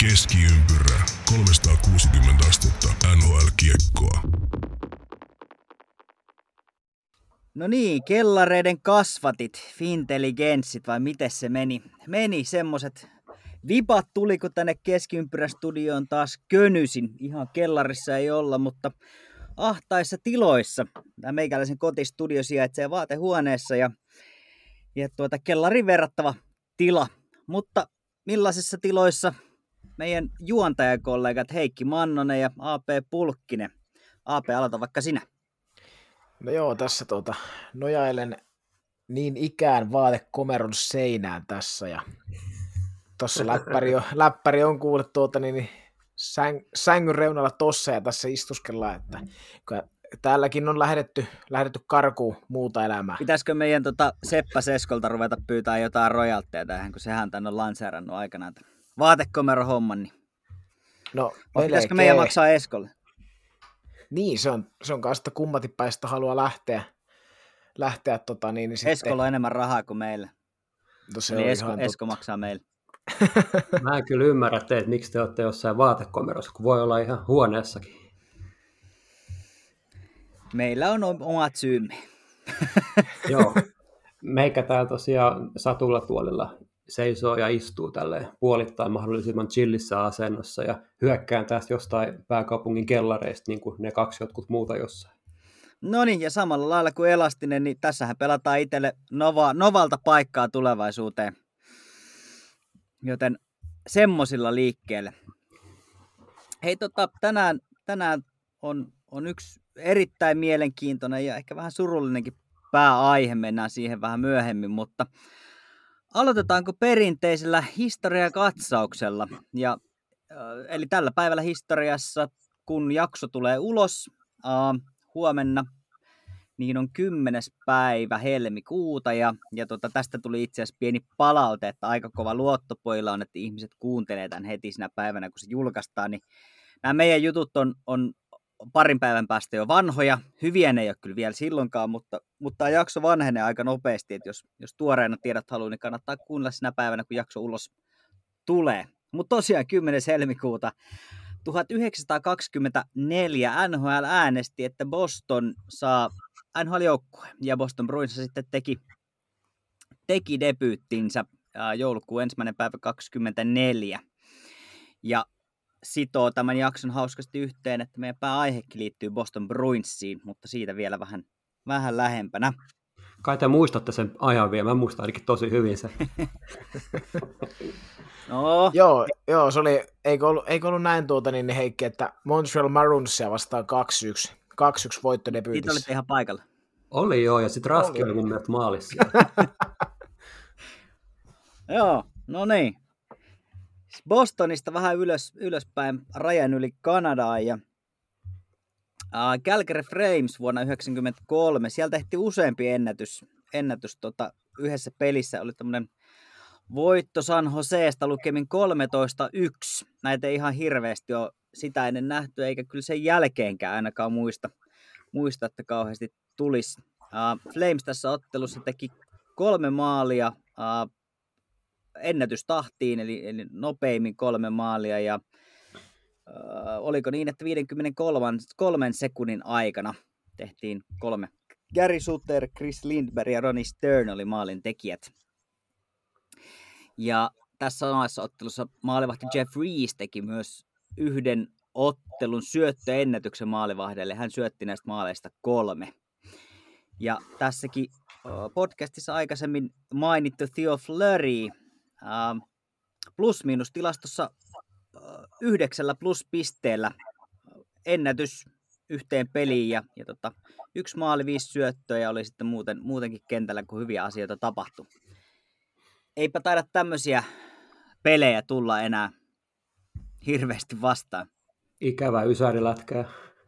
Keskiympyrä 360 astetta NHL-kiekkoa. No niin, kellareiden kasvatit, fintelligenssit vai miten se meni? Meni semmoset vipat tuli, kun tänne Keskiympyrä-studioon taas könyisin. Ihan kellarissa ei olla, mutta ahtaissa tiloissa. Tämä meikäläisen kotistudio sijaitsee vaatehuoneessa ja kellarin verrattava tila. Mutta millaisissa tiloissa meidän juontajakollegat Heikki Mannonen ja AP Pulkkinen? AP, aloita vaikka sinä. No joo, tässä nojailen niin ikään vaatekomeron seinään tässä ja tuossa läppäri on kuullut sängyn reunalla tossa ja tässä istuskellaan, että täälläkin on lähdetty karkuun muuta elämää. Pitäisikö meidän Seppä Seskolta ruveta pyytää jotain rojalteja tähän, kun sehän tänne on lanseerannut aikanaan vaatekomero homman, niin no, pitäisikö meidän maksaa Eskolle? Niin, se on kanssa, että kummatin päistä haluaa lähteä niin sitten... Eskolla on enemmän rahaa kuin meillä. No, niin Esko maksaa meille. Mä en kyllä ymmärrä teitä, miksi te olette jossain vaatekomerossa, kun voi olla ihan huoneessakin. Meillä on omat syymme. Joo, meikä täällä tosiaan satulla tuolilla seisoo ja istuu tälleen puolittain mahdollisimman chillissä asennossa ja hyökkään tästä jostain pääkaupungin kellareista, niin kuin ne kaksi jotkut muuta jossain. No niin, ja samalla lailla kuin Elastinen, niin tässähän pelataan itselle novalta paikkaa tulevaisuuteen. Joten semmosilla liikkeelle. Hei, tänään on yksi erittäin mielenkiintoinen ja ehkä vähän surullinenkin pääaihe, mennään siihen vähän myöhemmin, mutta aloitetaanko perinteisellä historiakatsauksella? Eli tällä päivällä historiassa, kun jakso tulee ulos huomenna, niin on 10. päivä helmikuuta ja tästä tuli itse asiassa pieni palaute, että aika kova luottopoilla on, että ihmiset kuuntelee tämän heti sinä päivänä, kun se julkaistaan, niin nämä meidän jutut on parin päivän päästä jo vanhoja. Hyviä ne ei ole kyllä vielä silloinkaan, mutta tämä jakso vanhenee aika nopeasti, että jos tuoreena tiedot haluaa, niin kannattaa kuunnella sinä päivänä, kun jakso ulos tulee. Mutta tosiaan 10. helmikuuta 1924 NHL äänesti, että Boston saa NHL-joukkueen, ja Boston Bruins sitten teki debyyttinsä joulukuun 1. päivä 24. Ja sitoo tämän jakson hauskasti yhteen, että meidän pääaihekin liittyy Boston Bruinsiin, mutta siitä vielä vähän lähempänä. Kai te muistatte sen ajan vielä, mä muistan ainakin tosi hyvin sen. No. Joo, se oli, eikö ollut näin niin Heikki, että Montreal Maroonsia vastaan 2-1 voittodebyytissä. Siitä olitte ihan paikalla. Oli joo, ja sitten Raski oli mun mielestä maalissa. Joo, no niin. Bostonista vähän ylöspäin rajan yli Kanadaan ja Calgary Flames vuonna 1993. Siellä tehtiin useampi ennätys yhdessä pelissä. Oli tämmöinen voitto San Joseesta lukemin 13-1. Näitä ei ihan hirveästi ole sitä ennen nähty, eikä kyllä sen jälkeenkään ainakaan muista että kauheasti tulisi. Flames tässä ottelussa teki 3 maalia ennätystahtiin, eli nopeimmin 3 maalia, ja oliko niin, että 53 sekunnin aikana tehtiin 3. Gary Sutter, Chris Lindberg ja Ronnie Stern oli maalin tekijät. Ja tässä samassa ottelussa maalivahti Jeff Reese teki myös yhden ottelun syöttöennätyksen maalivahdelle. Hän syötti näistä maaleista 3. Ja tässäkin podcastissa aikaisemmin mainittu Theo Fleury plus-miinus tilastossa 9 pluspisteellä ennätys yhteen peliin ja 1 maali 5 syöttöä ja oli sitten muutenkin kentällä, kun hyviä asioita tapahtui. Eipä taida tämmöisiä pelejä tulla enää hirveästi vastaan. Ikävä ysärilätkää.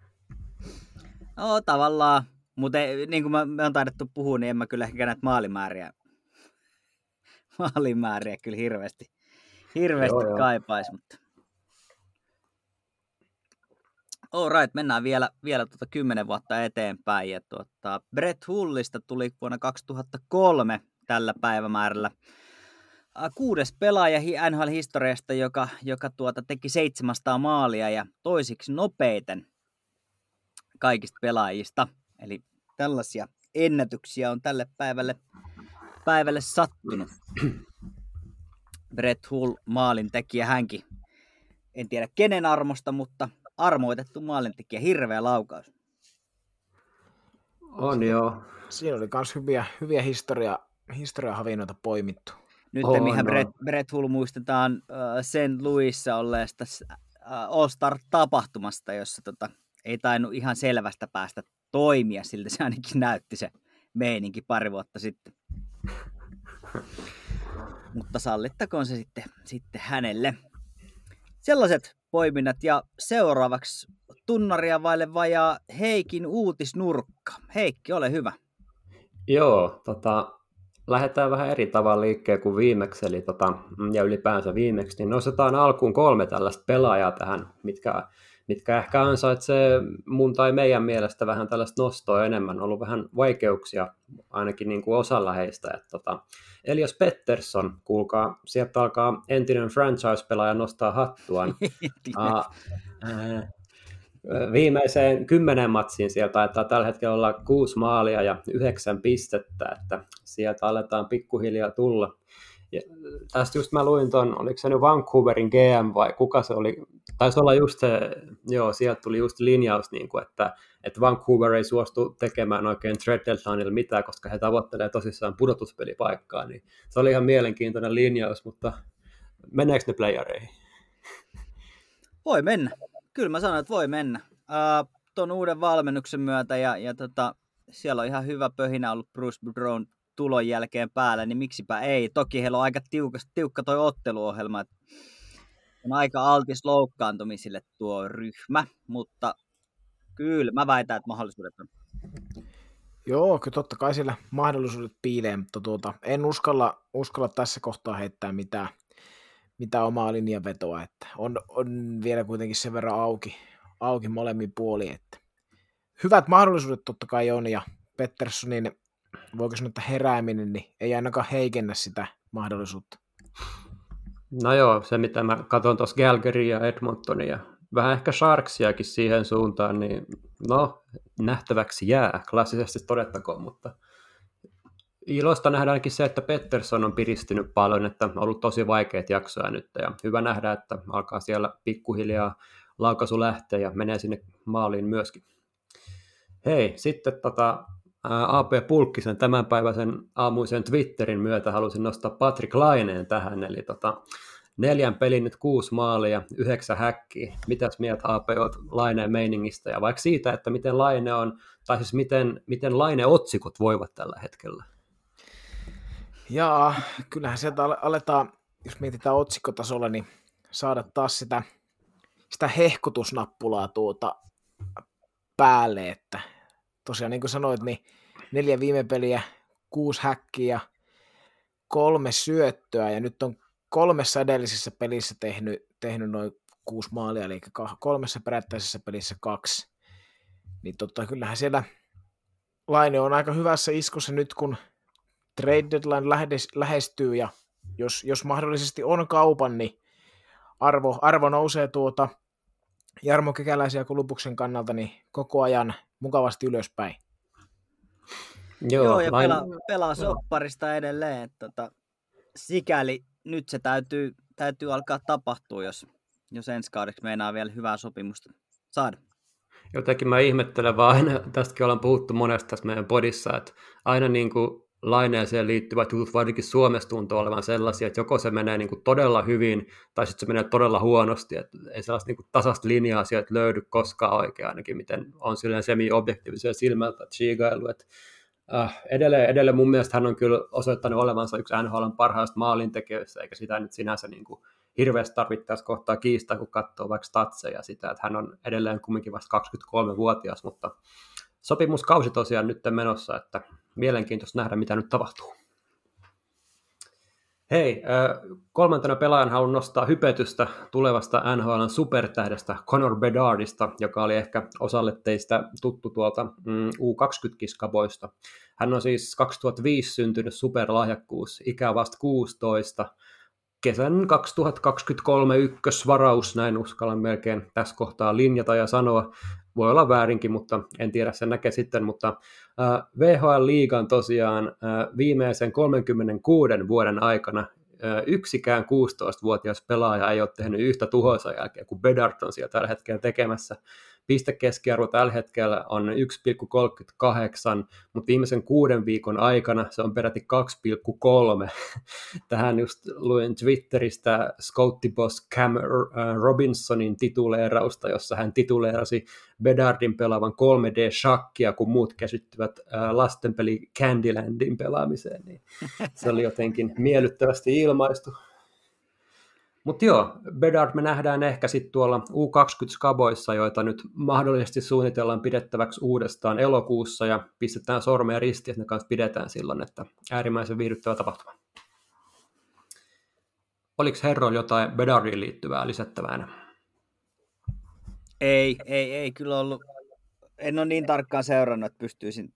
No tavallaan, mutta niin kuin me on taidettu puhua, niin en mä kyllä ehkä näitä maalimääriä kyllä hirveästi kaipaisi. Mutta all right, mennään vielä 10 vuotta eteenpäin. Ja Brett Hullista tuli vuonna 2003 tällä päivämäärällä 6. pelaaja NHL-historiasta, joka teki 700 maalia ja toisiksi nopeiten kaikista pelaajista. Eli tällaisia ennätyksiä on tälle päivälle sattunut. Brett Hull maalintekijä hänkin. En tiedä kenen armosta, mutta armoitettu maalintekijä, hirveä laukaus. On joo. Siinä oli myös hyviä historiahavinoita poimittu. Nyt mihän Brett Hull muistetaan St. Louisissa olleesta All-Star-tapahtumasta, jossa ei tainnut ihan selvästä päästä toimia, siltä se ainakin näytti se meininki pari vuotta sitten. Mutta sallittakoon se sitten hänelle. Sellaiset poiminnat ja seuraavaksi tunnaria vaille vajaa Heikin uutisnurkka. Heikki, ole hyvä. Joo, lähdetään vähän eri tavalla liikkeen kuin viimeksi, eli ja ylipäänsä viimeksi, niin nostetaan alkuun 3 tällaista pelaajaa tähän, mitkä ehkä ansaitsee mun tai meidän mielestä vähän tällaista nostoa enemmän. On ollut vähän vaikeuksia ainakin niin kuin osalla heistä. Elias Pettersson, kuulkaa, sieltä alkaa entinen franchise-pelaaja nostaa hattuaan. Viimeiseen 10 matsiin sieltä taitaa tällä hetkellä olla 6 maalia ja 9 pistettä, että sieltä aletaan pikkuhiljaa tulla. Ja tästä just mä luin ton, oliko se nyt Vancouverin GM vai kuka se oli, taisi olla just se, joo, sieltä tuli just linjaus, niin kuin, että Vancouver ei suostu tekemään oikein trade deadlinella mitään, koska he tavoittelee tosissaan pudotuspelipaikkaa, niin se oli ihan mielenkiintoinen linjaus, mutta meneekö ne playereihin? Voi mennä. Kyllä mä sanon, että voi mennä. Tuon uuden valmennuksen myötä ja siellä on ihan hyvä pöhinä ollut Bruce Boudreau'n tulon jälkeen päällä, niin miksipä ei. Toki heillä on aika tiukka toi otteluohjelma. On aika altis loukkaantumisille tuo ryhmä, mutta kyllä mä väitän, että mahdollisuudet on. Joo, kyllä totta kai siellä mahdollisuudet piilee, mutta en uskalla tässä kohtaa heittää mitään omaa linjanvetoa, että on vielä kuitenkin sen verran auki molemmin puolin, että hyvät mahdollisuudet totta kai on, ja Petterssonin, voiko sanoa, että herääminen, niin ei ainakaan heikennä sitä mahdollisuutta. No joo, se mitä mä katson tuossa Calgarya ja Edmontonia, ja vähän ehkä Sharksiakin siihen suuntaan, niin no, nähtäväksi jää, klassisesti todettakoon, mutta iloista nähdä ainakin se, että Pettersson on piristynyt paljon, että on ollut tosi vaikeat jaksoja nyt, ja hyvä nähdä, että alkaa siellä pikkuhiljaa laukaisu lähteä ja menee sinne maaliin myöskin. Hei, sitten AP Pulkkisen tämänpäiväisen aamuisen Twitterin myötä halusin nostaa Patrick Laineen tähän, eli 4 pelin nyt 6 maalia, 9 häkkiä. Mitäs mieltä AP olet Laineen meiningistä, ja vaikka siitä, että miten Laine on, tai siis miten Laine-otsikot voivat tällä hetkellä? Jaa, kyllähän sieltä aletaan, jos mietitään otsikkotasolla, niin saada taas sitä hehkutusnappulaa päälle, että tosiaan niin kuin sanoit, niin 4 viime peliä, 6 häkkiä, 3 syöttöä, ja nyt on 3 edellisessä pelissä tehnyt noin 6 maalia, eli 3 perättäisessä pelissä 2. Niin kyllähän siellä Laine on aika hyvässä iskussa nyt, kun trade deadline lähestyy, ja jos mahdollisesti on kaupan, niin arvo nousee Jarmo Kekäläisen ja Kolubuksen kannalta niin koko ajan mukavasti ylöspäin. Joo, ja pelaa sopparista edelleen. Että sikäli nyt se täytyy alkaa tapahtua, jos ensi kaudeksi meinaa vielä hyvää sopimusta saada. Jotenkin mä ihmettelen vaan aina, tästäkin ollaan puhuttu monesti tässä meidän podissa, että aina niin kuin Laineeseen liittyvät jutut varsinkin Suomessa tuntuu olevan sellaisia, että joko se menee niin kuin todella hyvin, tai sitten se menee todella huonosti, että ei sellaista niin kuin tasaista linjaa sieltä löydy koskaan oikein, ainakin miten on silleen semi-objektiivisia silmältä chiigailu, että edelleen mun mielestä hän on kyllä osoittanut olevansa yksi NHL:n parhaista maalintekijöistä, eikä sitä nyt sinänsä niin kuin hirveästi tarvittaisi kohtaa kiistää, kun katsoo vaikka statseja sitä, että hän on edelleen kumminkin vasta 23-vuotias, mutta sopimuskausi tosiaan nyt menossa, että mielenkiintoista nähdä, mitä nyt tapahtuu. Hei, 3. pelaajan haluan nostaa hypetystä tulevasta NHL:n supertähdestä Connor Bedardista, joka oli ehkä osalle teistä tuttu tuolta U20-kiskaboista. Hän on siis 2005 syntynyt superlahjakkuus, ikä vasta 16, kesän 2023 ykkösvaraus, näin uskallan melkein tässä kohtaa linjata ja sanoa. Voi olla väärinkin, mutta en tiedä, sen näkee sitten, mutta VHL-liigan tosiaan viimeisen 36 vuoden aikana yksikään 16-vuotias pelaaja ei ole tehnyt yhtä tuhoisaa jälkeä kuin Bedard on siellä tällä hetkellä tekemässä. Pistekeskiarvo tällä hetkellä on 1,38, mutta viimeisen 6 viikon aikana se on peräti 2,3. Tähän just luin Twitteristä Scoutti-boss Cam Robinsonin tituleerausta, jossa hän tituleerasi Bedardin pelaavan 3D-shakkia, kun muut käsittyvät lastenpeli Candylandin pelaamiseen. Niin se oli jotenkin miellyttävästi ilmaistu. Mutta joo, Bedard me nähdään ehkä sitten tuolla U20-skaboissa, joita nyt mahdollisesti suunnitellaan pidettäväksi uudestaan elokuussa, ja pistetään sormea ristiin, että ne kanssa pidetään silloin, että äärimmäisen viihdyttävä tapahtuma. Oliko herroilla jotain Bedardiin liittyvää lisättävää? Ei kyllä ollut. En ole niin tarkkaan seurannut, että pystyisin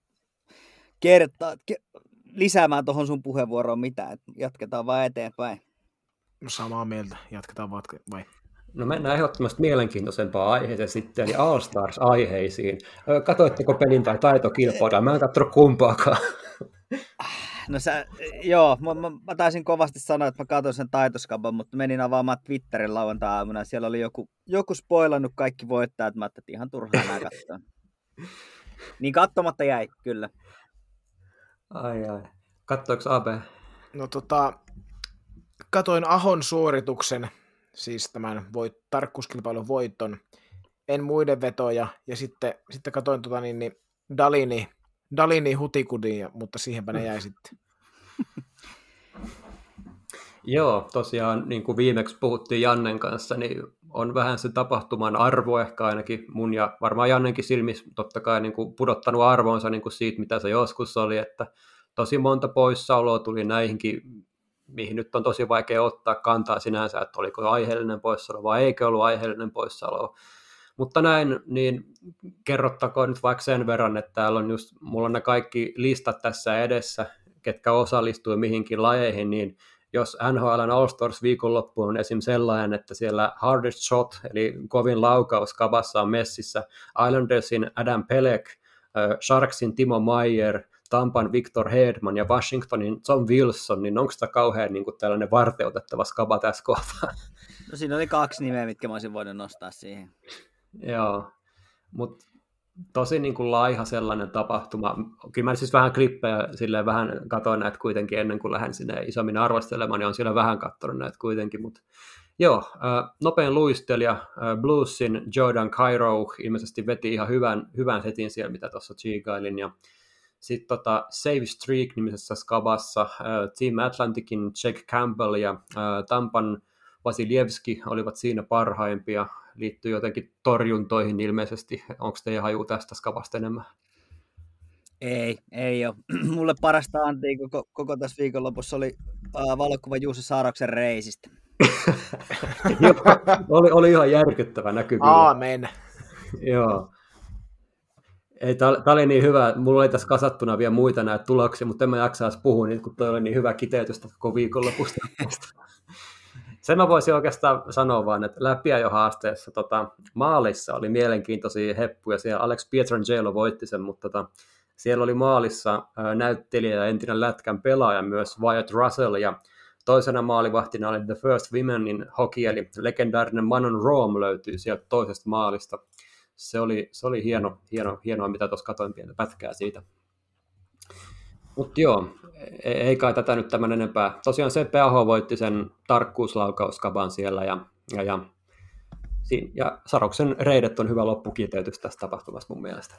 lisäämään tuohon sun puheenvuoroon mitään. Jatketaan vaan eteenpäin. No samaa mieltä. Jatketaan vai? No mennään ehdottomasti mielenkiintoisempaan aiheeseen sitten, eli All-Stars-aiheisiin. Katoitteko pelin tai taitokilpailuja? Mä en katsonut kumpaakaan. No joo, mä taisin kovasti sanoa, että mä katsoin sen taitoskaban, mutta menin avaamaan Twitterin lauantai-aamuna. Siellä oli joku spoilannut kaikki voittajat, mä ajattelin, että ihan turhaa nää katsoa. Niin katsomatta jäi, kyllä. Ai. Katsoiko AB? No katoin Ahon suorituksen, siis tämän tarkkuuskilpailun voiton, en muiden vetoja, ja sitten katoin Dalini hutikudin, mutta siihenpä ne jäi sitten. Joo, tosiaan niin kuin viimeksi puhuttiin Jannen kanssa, niin on vähän se tapahtuman arvo ehkä ainakin mun ja varmaan Jannenkin silmissä totta kai niin kuin pudottanut arvoonsa niin kuin siitä, mitä se joskus oli, että tosi monta poissaoloa tuli näihinkin, mihin nyt on tosi vaikea ottaa kantaa sinänsä, että oliko aiheellinen poissaolo vai eikö ollut aiheellinen poissaolo. Mutta näin, niin kerrottakoon nyt vaikka sen verran, että täällä on just, mulla on ne kaikki listat tässä edessä, ketkä osallistuu mihinkin lajeihin, niin jos NHL:n All-Stars viikonloppu on esim. Sellainen, että siellä hardest shot, eli kovin laukaus kabassa on messissä Islandersin Adam Pelech, Sharksin Timo Meier, Tampan Victor Hedman ja Washingtonin John Wilson, niin onko tämä kauhean niin kuin tällainen varteutettava skaba tässä kohtaa? No siinä oli 2 nimeä, mitkä mä olisin voinut nostaa siihen. Joo, mutta tosi niin kuin laiha sellainen tapahtuma. Kyllä mä siis vähän klippejä silleen vähän katsoin näitä kuitenkin ennen kuin lähden sinne isommin arvostelemaan, niin on siellä vähän katsonut näitä kuitenkin, mutta joo, nopein luistelija Bluesin Jordan Cairo ilmeisesti veti ihan hyvän setin siellä, mitä tuossa chigailin, ja sitten Save Streak-nimisessä skabassa Team Atlanticin Jack Campbell ja Tampan Vasilievski olivat siinä parhaimpia, liittyy jotenkin torjuntoihin ilmeisesti. Onko teidän haju tästä skabasta enemmän? Ei ole. Mulle parasta antia koko tässä viikonlopussa oli valokuva Juuso Saaroksen reisistä. oli ihan järkyttävä näky. Aamen. Joo. Tämä oli niin hyvä. Mulla oli tässä kasattuna vielä muita näitä tuloksia, mutta en mä jaksaisi puhua niitä, kun toi oli niin hyvä kiteytystä koko viikonlopusta. Sen mä voisin oikeastaan sanoa vaan, että läpiajohaasteessa maalissa oli mielenkiintoisia heppuja. Siellä Alex Pietrangelo voitti sen, mutta siellä oli maalissa näyttelijä ja entinen Lätkän pelaaja myös Wyatt Russell, ja toisena maalivahtina oli The First Womenin hockey, eli legendaarinen Manon Rome löytyy sieltä toisesta maalista. Se oli hienoa, mitä tuossa katoin pientä pätkää siitä. Mutta joo, ei kai tätä nyt tämän enempää. Tosiaan Seppe Aho voitti sen tarkkuuslaukauskaban siellä, ja Saroksen reidet on hyvä loppukiteytys tästä tapahtumasta mun mielestä.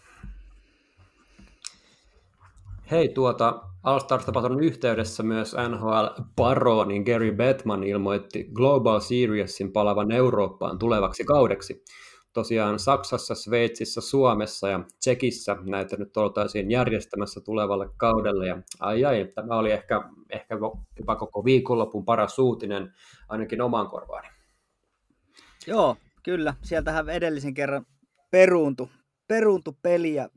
Hei, All-Stars-tapahtuman yhteydessä myös NHL-paroni Gary Bettman ilmoitti Global Seriesin palavan Eurooppaan tulevaksi kaudeksi. Tosiaan Saksassa, Sveitsissä, Suomessa ja Tsekissä näitä nyt oltaisiin järjestämässä tulevalle kaudelle. Ja tämä oli ehkä jopa koko viikonlopun paras uutinen, ainakin omaan korvaani. Joo, kyllä. Sieltähän edellisen kerran peruuntu peli ja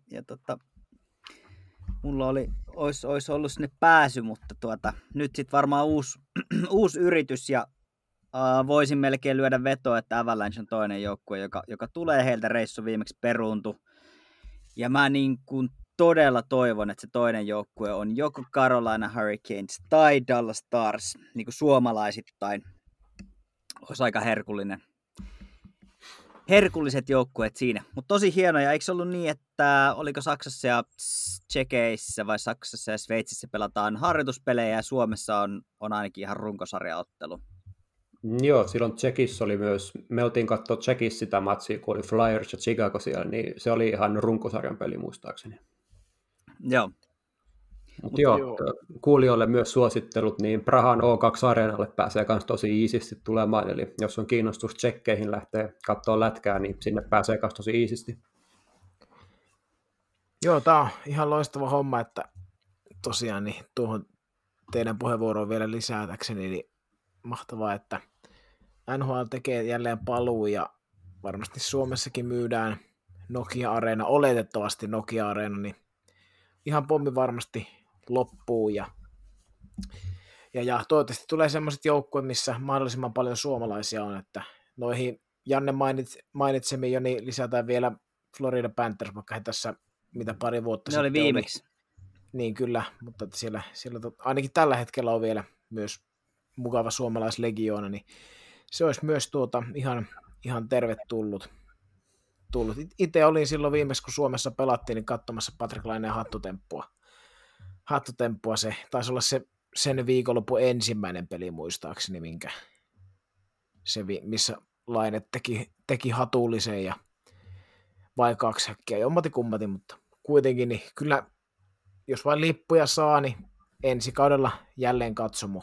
mulla olisi ollut sinne pääsy, mutta nyt sitten varmaan uusi yritys ja voisin melkein lyödä vetoa, että Avalanche on toinen joukkue, joka tulee heiltä reissu viimeksi peruuntu. Ja mä niin kuin todella toivon, että se toinen joukkue on joko Carolina Hurricanes tai Dallas Stars, niin kuin suomalaisittain. Olisi aika herkulliset joukkueet siinä. Mutta tosi hienoja. Eikö se ollut niin, että oliko Saksassa ja Tšekeissä vai Saksassa ja Sveitsissä pelataan harjoituspelejä ja Suomessa on ainakin ihan runkosarjaottelu? Joo, silloin Tsekissä oli myös, me oltiin katsoa Tsekissä sitä matsia, kun oli Flyers ja Chicago siellä, niin se oli ihan runkosarjan peli muistaakseni. Joo. Mutta joo, kuulijoille myös suosittelut, niin Prahan O2-areenalle pääsee myös tosi iisisti tulemaan, eli jos on kiinnostus tsekkeihin lähteä katsoa lätkää, niin sinne pääsee myös tosi iisisti. Joo, tämä on ihan loistava homma, että tosiaan niin tuohon teidän puheenvuoroon vielä lisätäkseni, niin mahtavaa, että NHL tekee jälleen paluu ja varmasti Suomessakin myydään Nokia-areena, oletettavasti Nokia-areena, niin ihan pommi varmasti loppuu ja toivottavasti tulee sellaiset joukkueet, missä mahdollisimman paljon suomalaisia on, että noihin Janne mainitsemiin jo, niin lisätään vielä Florida Panthers, vaikka he tässä mitä pari vuotta ne oli viimeksi. Niin kyllä, mutta siellä ainakin tällä hetkellä on vielä myös mukava suomalaislegioona, niin se olisi myös ihan tervetullut. Itse olin silloin viimeksi, kun Suomessa pelattiin, niin katsomassa Patrik Laineen hattutemppua. Se taisi olla sen viikonlopun ensimmäinen peli muistaakseni, missä Laine teki hatullisen ja vaikaaksi häkkiä. Jommati kummati, mutta kuitenkin niin kyllä, jos vain lippuja saa, niin ensi kaudella jälleen katsomo.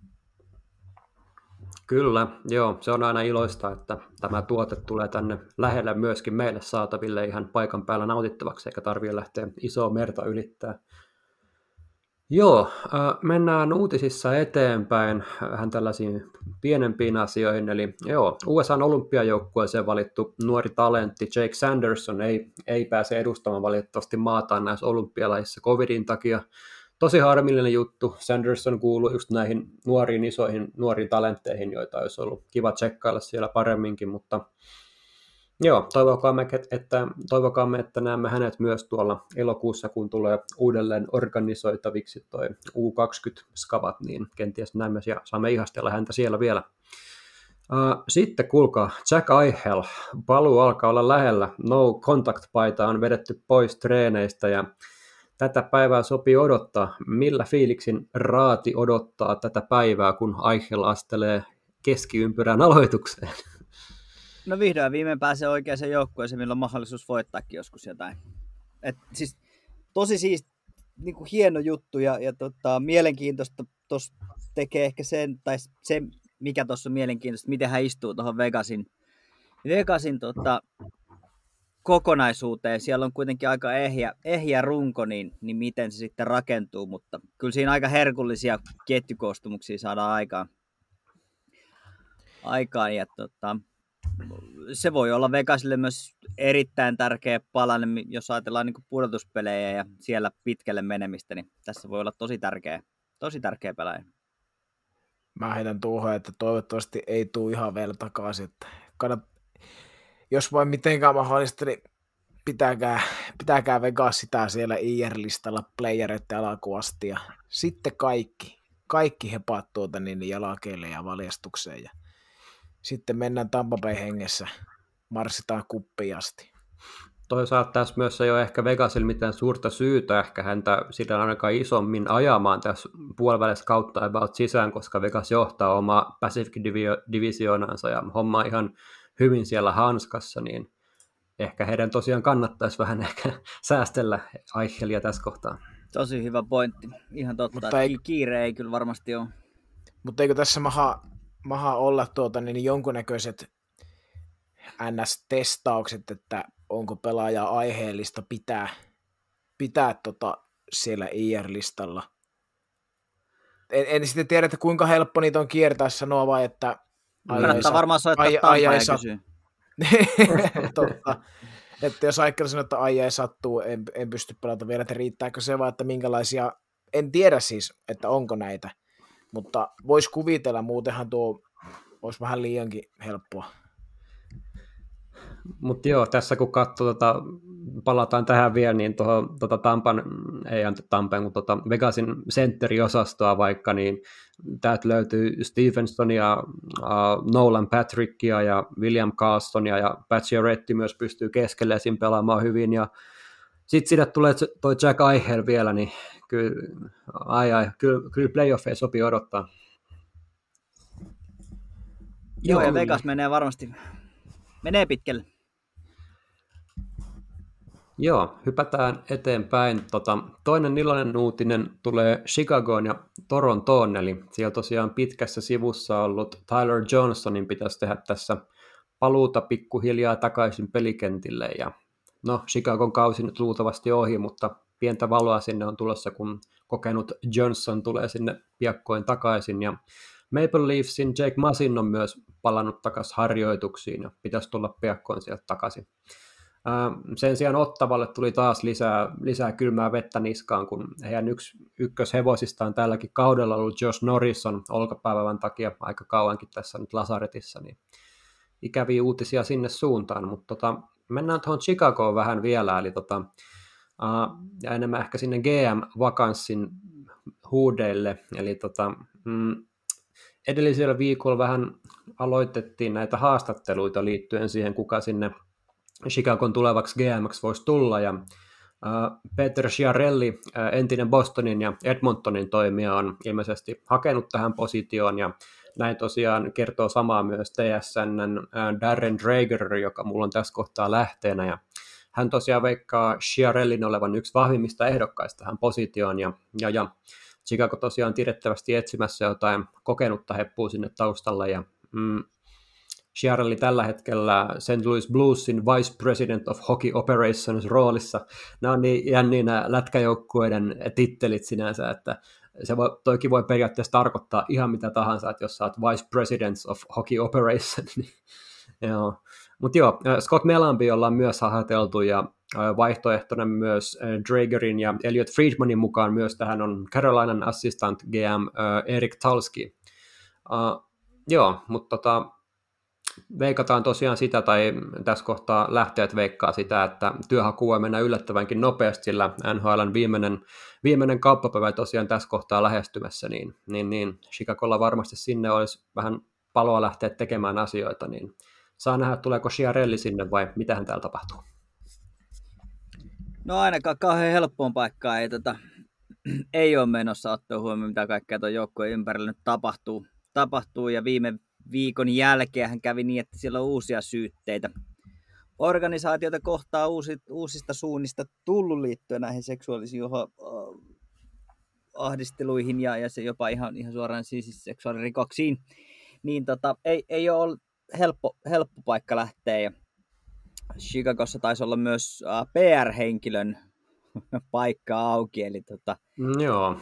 Kyllä, joo, se on aina iloista, että tämä tuote tulee tänne lähelle myöskin meille saataville ihan paikan päällä nautittavaksi, eikä tarvitse lähteä isoa merta ylittää. Joo, mennään uutisissa eteenpäin vähän tällaisiin pienempiin asioihin, eli joo, USA:n olympiajoukkueeseen valittu nuori talentti Jake Sanderson ei pääse edustamaan valitettavasti maataan näissä olympialaisissa covidin takia. Tosi harmillinen juttu. Sanderson kuuluu just näihin nuoriin talentteihin, joita olisi ollut kiva tsekkailla siellä paremminkin, mutta joo, toivokaamme, että näemme hänet myös tuolla elokuussa, kun tulee uudelleen organisoitaviksi toi U20-skavat, niin kenties näemme ja saamme ihastella häntä siellä vielä. Sitten kuulkaa, Jack Eichel, paluu alkaa olla lähellä, no contact-paita on vedetty pois treeneistä ja tätä päivää sopii odottaa. Millä fiiliksin raati odottaa tätä päivää, kun Eichel astelee keskiympyrän aloitukseen? No vihdoin viimein pääsee oikeaan joukkueeseen, millä on mahdollisuus voittaakin joskus jotain. Siis, tosi niin kuin hieno juttu ja mielenkiintoista tuossa tekee ehkä sen, tai se mikä tuossa on mielenkiintoista, miten hän istuu tuohon Vegasin kokonaisuuteen. Siellä on kuitenkin aika ehjä runko, niin miten se sitten rakentuu, mutta kyllä siinä aika herkullisia ketjukoostumuksia saadaan aikaan ja se voi olla Vegasille myös erittäin tärkeä palanen, jos ajatellaan niin kuin pudotuspelejä ja siellä pitkälle menemistä, niin tässä voi olla tosi tärkeä pelaaja. Mä heitän tuohon, että toivottavasti ei tule ihan vielä takaisin, että jos voi mitenkään mahdollista, niin pitäkää Vegas sitä siellä IR-listalla playereiden alkuasti ja sitten kaikki hepaat niin jalakeille ja valjastukseen ja sitten mennään Tampa Bay hengessä, marssitaan kuppiin asti. Toisaalta tässä myös ei ole ehkä Vegasilla mitään suurta syytä ehkä häntä sitä ainakaan isommin ajamaan tässä puolivälissä kautta about sisään, koska Vegas johtaa omaa Pacific Divisioonansa ja homma ihan hyvin siellä hanskassa, niin ehkä heidän tosiaan kannattaisi vähän ehkä säästellä Eichelia tässä kohtaa. Tosi hyvä pointti. Ihan totta, että kiire ei kyllä varmasti ole. Mutta eikö tässä maha olla niin jonkunnäköiset NS-testaukset, että onko pelaaja aiheellista pitää siellä IR-listalla. En sitten tiedä, että kuinka helppo niitä on kiertää sanoa, vai että kannattaa varmaan soittaa Tampaa ja kysyä. Totta. Että jos Aikkeli sanoo, että aija ei sattuu, en pysty pelata vielä, että riittääkö se, vai että minkälaisia, en tiedä siis, että onko näitä, mutta voisi kuvitella, muutenhan tuo olisi vähän liiankin helppoa. Mutta joo, tässä kun katsoo, palataan tähän vielä, niin tuohon Tampan, kun Vegasin sentteriosastoa vaikka, niin täältä löytyy Stevensonia, Nolan Patrickia ja William Carlsonia, ja Pacioretty myös pystyy keskelle esim. Pelaamaan hyvin, ja sitten sinne tulee toi Jack Eichel vielä, niin kyllä playoffeja sopii odottaa. Joo, ja Vegas menee pitkälle. Joo, hypätään eteenpäin. Toinen iloinen uutinen tulee Chicagoon ja Torontoon, eli siellä tosiaan pitkässä sivussa ollut Tyler Johnsonin pitäisi tehdä tässä paluuta pikkuhiljaa takaisin pelikentille, ja no, Chicagon kausi nyt luultavasti ohi, mutta pientä valoa sinne on tulossa, kun kokenut Johnson tulee sinne piakkoin takaisin, ja Maple Leafsin Jake Muzzin on myös palannut takaisin harjoituksiin, ja pitäisi tulla piakkoin sieltä takaisin. Sen sijaan Ottavalle tuli taas lisää kylmää vettä niskaan, kun heidän ykköshevosista on tälläkin kaudella ollut Josh Norrison olkapäivän takia aika kauankin tässä nyt lasaretissa, niin ikäviä uutisia sinne suuntaan, mutta mennään tuohon Chicagoon vähän vielä, eli ja enemmän ehkä sinne GM-vakanssin huudeille, eli edellisellä viikolla vähän aloitettiin näitä haastatteluita liittyen siihen, kuka sinne Chicagon tulevaksi GM:ksi voisi tulla, ja Peter Chiarelli, entinen Bostonin ja Edmontonin toimija, on ilmeisesti hakenut tähän positioon, ja näin tosiaan kertoo samaa myös TSN:n Darren Dreger, joka mulla on tässä kohtaa lähteenä, ja hän tosiaan veikkaa Chiarellin olevan yksi vahvimmista ehdokkaista tähän positioon, ja Chicago tosiaan tiedettävästi etsimässä jotain kokenutta heppua sinne taustalle, ja Chiarelli tällä hetkellä St. Louis Bluesin Vice President of Hockey Operations roolissa. Nämä on niin jänniä nämä lätkäjoukkueiden tittelit sinänsä, että toikin voi periaatteessa tarkoittaa ihan mitä tahansa, että jos sä oot Vice President of Hockey Operations, niin joo. Mutta joo, Scott Mellanby ollaan myös hahdateltu, ja vaihtoehtona myös Dragerin ja Elliot Friedmanin mukaan myös tähän on Carolinan assistant GM Erik Talski. Joo, mutta veikataan tosiaan sitä, tai tässä kohtaa lähteet veikkaa sitä, että työhaku voi mennä yllättävänkin nopeasti, sillä NHL:n viimeinen kauppapäivä tosiaan tässä kohtaa lähestymässä, niin Chicagolla varmasti sinne olisi vähän paloa lähteä tekemään asioita, niin saa nähdä, tuleeko Chiarelli sinne vai mitähän täällä tapahtuu. No ainakaan kauhean helppoon paikkaan ei ole menossa ottaa huomioon, mitä kaikkea tuon joukkueen ympärillä nyt tapahtuu, ja viime viikon jälkeen hän kävi niin, että siellä on uusia syytteitä organisaatiota kohtaa uusista suunnista tullut liittyen näihin seksuaalisiin ahdisteluihin ja se jopa ihan suoraan siis seksuaalirikoksiin, niin ei ole ollut helppo paikka lähteä, ja Chicagossa taisi olla myös PR-henkilön paikka auki, eli joo.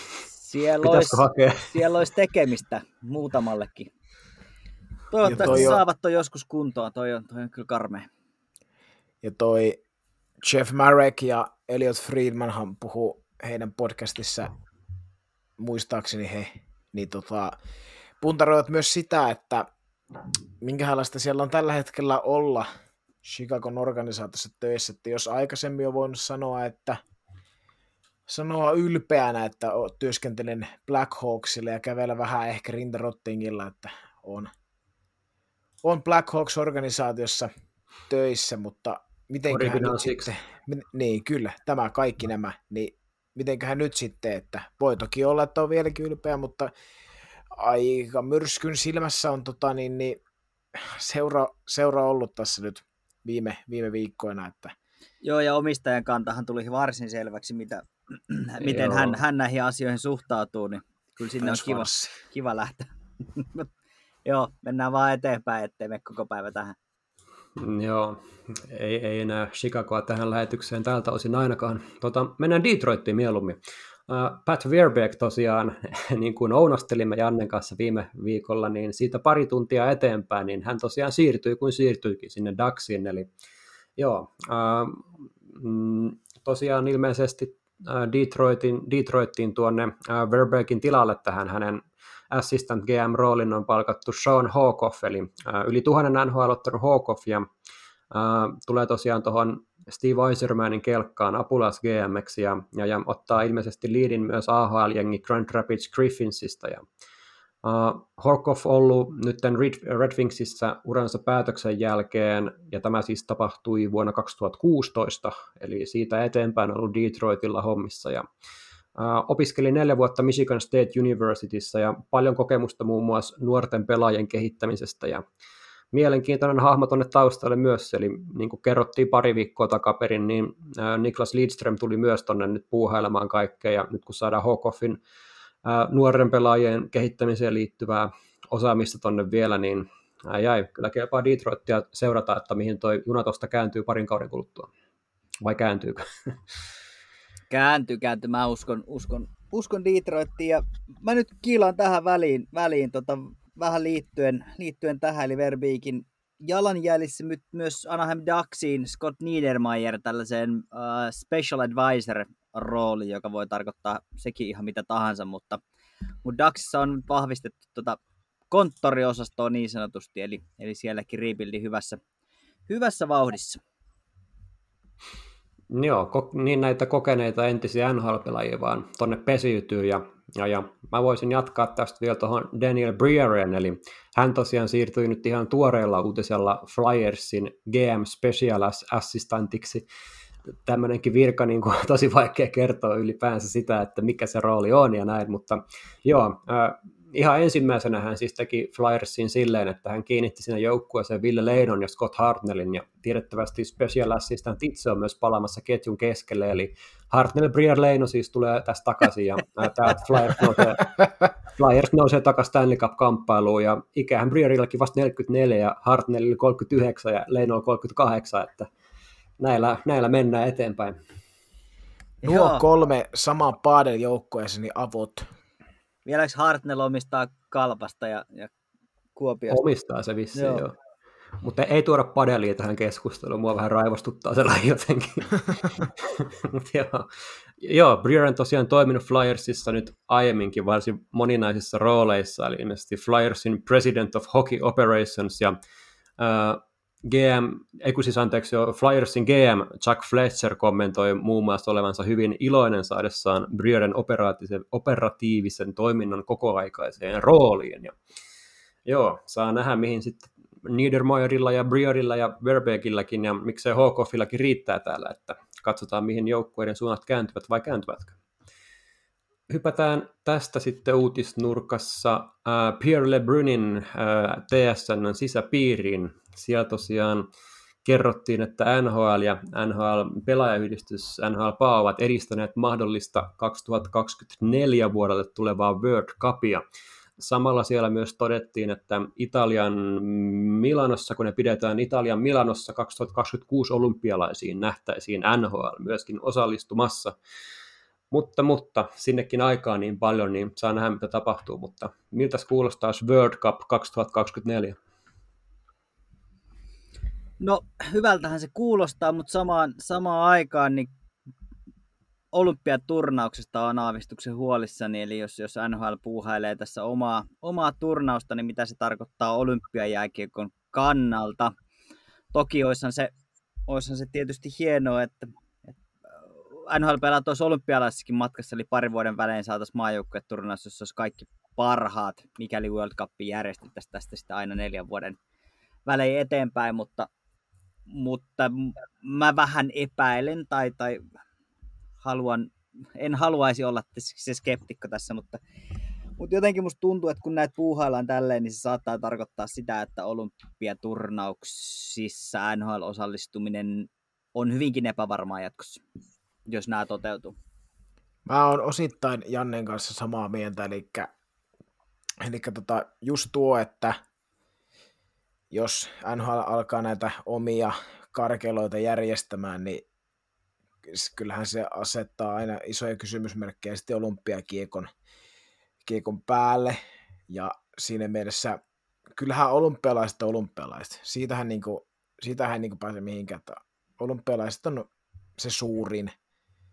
Siellä olisi tekemistä muutamallekin. Toivottavasti saavat toi joskus kuntoon, toi on kyllä karmea. Ja toi Jeff Marek ja Elliot Friedmanhan puhuu heidän podcastissa, muistaakseni he, niin puntaroivat myös sitä, että minkälaista siellä on tällä hetkellä olla Chicagon organisaatiossa töissä, että jos aikaisemmin on voinut sanoa ylpeänä, että työskentelen Blackhawksille ja kävellä vähän ehkä rintarottingilla, että on Blackhawks-organisaatiossa töissä, mutta mitenköhän nyt sitten, niin kyllä, kaikki nämä, niin mitenköhän nyt sitten, että voi toki olla, että on vieläkin ylpeä, mutta aika myrskyn silmässä on seura ollut tässä nyt viime viikkoina. Että. Joo, ja omistajan kantahan tuli varsin selväksi, miten hän näihin asioihin suhtautuu, niin kyllä sinne on kiva lähteä. Joo, mennään vaan eteenpäin, ettei mene koko päivä tähän. Joo, ei enää Chicagoa tähän lähetykseen tältä osin ainakaan. Mennään Detroittiin mieluummin. Pat Verbeek tosiaan, niin kuin ounastelimme Jannen kanssa viime viikolla, niin siitä pari tuntia eteenpäin, niin hän tosiaan siirtyikin sinne Ducksiin. Eli joo, tosiaan ilmeisesti Detroittiin tuonne Verbeekin tilalle tähän hänen assistant GM-roolin on palkattu Sean Hawkoff, eli yli 1000 NHL ottanut Hawkoff, ja tulee tosiaan tuohon Steve Yzermanin kelkkaan apulais GM:ksi ja ottaa ilmeisesti liidin myös AHL-jengi Grand Rapids Griffinsista. Ja Hawkoff on ollut nyt Red Wingsissä uransa päätöksen jälkeen, ja tämä siis tapahtui vuonna 2016, eli siitä eteenpäin on ollut Detroitilla hommissa, ja opiskeli 4 vuotta Michigan State Universityssä ja paljon kokemusta muun muassa nuorten pelaajien kehittämisestä, ja mielenkiintoinen hahmo tuonne taustalle myös, eli niin kuin kerrottiin pari viikkoa takaperin, niin Niklas Lidström tuli myös tuonne nyt puuhailemaan kaikkea, ja nyt kun saadaan Hawkoffin nuoren pelaajien kehittämiseen liittyvää osaamista tuonne vielä, niin kyllä kelpaa Detroitia seurata, että mihin toi juna tuosta kääntyy parin kauden kuluttua. Vai kääntyykö? Kääntyy. Mä uskon Detroittiin, ja mä nyt kiilaan tähän väliin vähän liittyen tähän, eli Verbeekin jalanjäljissä myös Anaheim Ducksiin Scott Niedermayer tällaiseen special advisor rooli, joka voi tarkoittaa sekin ihan mitä tahansa, mutta Ducksissa on vahvistettu konttoriosastoa niin sanotusti, eli sielläkin rebuildi hyvässä vauhdissa. Joo, niin näitä kokeneita entisiä NHL-pelaajia vaan tonne pesiytyy, ja mä voisin jatkaa tästä vielä tuohon Daniel Brieren, eli hän tosiaan siirtyi nyt ihan tuoreella uutisella Flyersin GM Special Assistantiksi. Tämmöinenkin virka, niin kuin, tosi vaikea kertoa ylipäänsä sitä, että mikä se rooli on ja näin, mutta joo, ihan ensimmäisenä hän siis teki Flyersin silleen, että hän kiinnitti siinä joukkueeseen Ville Leidon ja Scott Hartnellin, ja tiedettävästi Special Assistant itse on myös palaamassa ketjun keskelle, eli Hartnell, Briere, Leino siis tulee tästä takaisin, ja tämä Flyers nousee takaisin Stanley Cup-kamppailuun, ja ikähän Brierilläkin vasta 44, ja Hartnellilla 39, ja Leinolla 38, että näillä mennään eteenpäin. Nuo 3 saman paaden joukkueeseen niin avot. Vieläks Hartnell omistaa Kalpasta ja Kuopiosta? Omistaa se vissiin, joo. Mutta ei tuoda padelia tähän keskusteluun, mua vähän raivostuttaa sellainen jotenkin. Joo, Brieren tosiaan toiminut Flyersissa nyt aiemminkin varsin moninaisissa rooleissa, eli ilmeisesti Flyersin President of Hockey Operations ja Flyersin GM Chuck Fletcher kommentoi muun muassa olevansa hyvin iloinen saadessaan Brieren operatiivisen toiminnan kokoaikaiseen rooliin. Ja joo, saa nähdä mihin sitten Niedermayerilla ja Brierillä ja Verbeekilläkin ja miksei Hawkoffillakin riittää täällä, että katsotaan mihin joukkueiden suunnat kääntyvät vai kääntyvätkö. Hypätään tästä sitten uutisnurkassa Pierre LeBrunin TSN:n sisäpiiriin. Siellä tosiaan kerrottiin, että NHL ja NHL-pelaajayhdistys NHL-PA ovat edistäneet mahdollista 2024 vuodelle tulevaa World Cupia. Samalla siellä myös todettiin, että Italian Milanossa, kun ne pidetään Italian Milanossa 2026 olympialaisiin, nähtäisiin NHL myöskin osallistumassa. Mutta sinnekin aikaa niin paljon, niin saa nähdä mitä tapahtuu, mutta miltä kuulostaa World Cup 2024? No hyvältähän se kuulostaa, mutta samaan aikaan niin olympiaturnauksesta on aavistuksen huolissani, eli jos NHL puuhailee tässä omaa turnausta, niin mitä se tarkoittaa olympiajääkiekon kannalta. Toki olisihan se tietysti hienoa, että NHL-pelaat olisi olympialaisessakin matkassa, eli 2 vuoden välein saataisiin maajoukkueturnaus, jossa olisi kaikki parhaat, mikäli World Cup järjestettäisiin tästä sitten aina 4 vuoden välein eteenpäin, mutta mä vähän epäilen tai en haluaisi olla se skeptikko tässä, mutta jotenkin musta tuntuu, että kun näitä puuhaillaan tälleen, niin se saattaa tarkoittaa sitä, että olympiaturnauksissa NHL-osallistuminen on hyvinkin epävarmaa jatkossa, jos nämä toteutuu. Mä oon osittain Jannen kanssa samaa mieltä, eli just tuo, että jos NHL alkaa näitä omia karkeloita järjestämään, niin kyllähän se asettaa aina isoja kysymysmerkkejä sitten olympiakiekon päälle, ja siinä mielessä kyllähän olympialaiset on olympialaiset. Siitähän ei pääse mihinkään, että olympialaiset on se suurin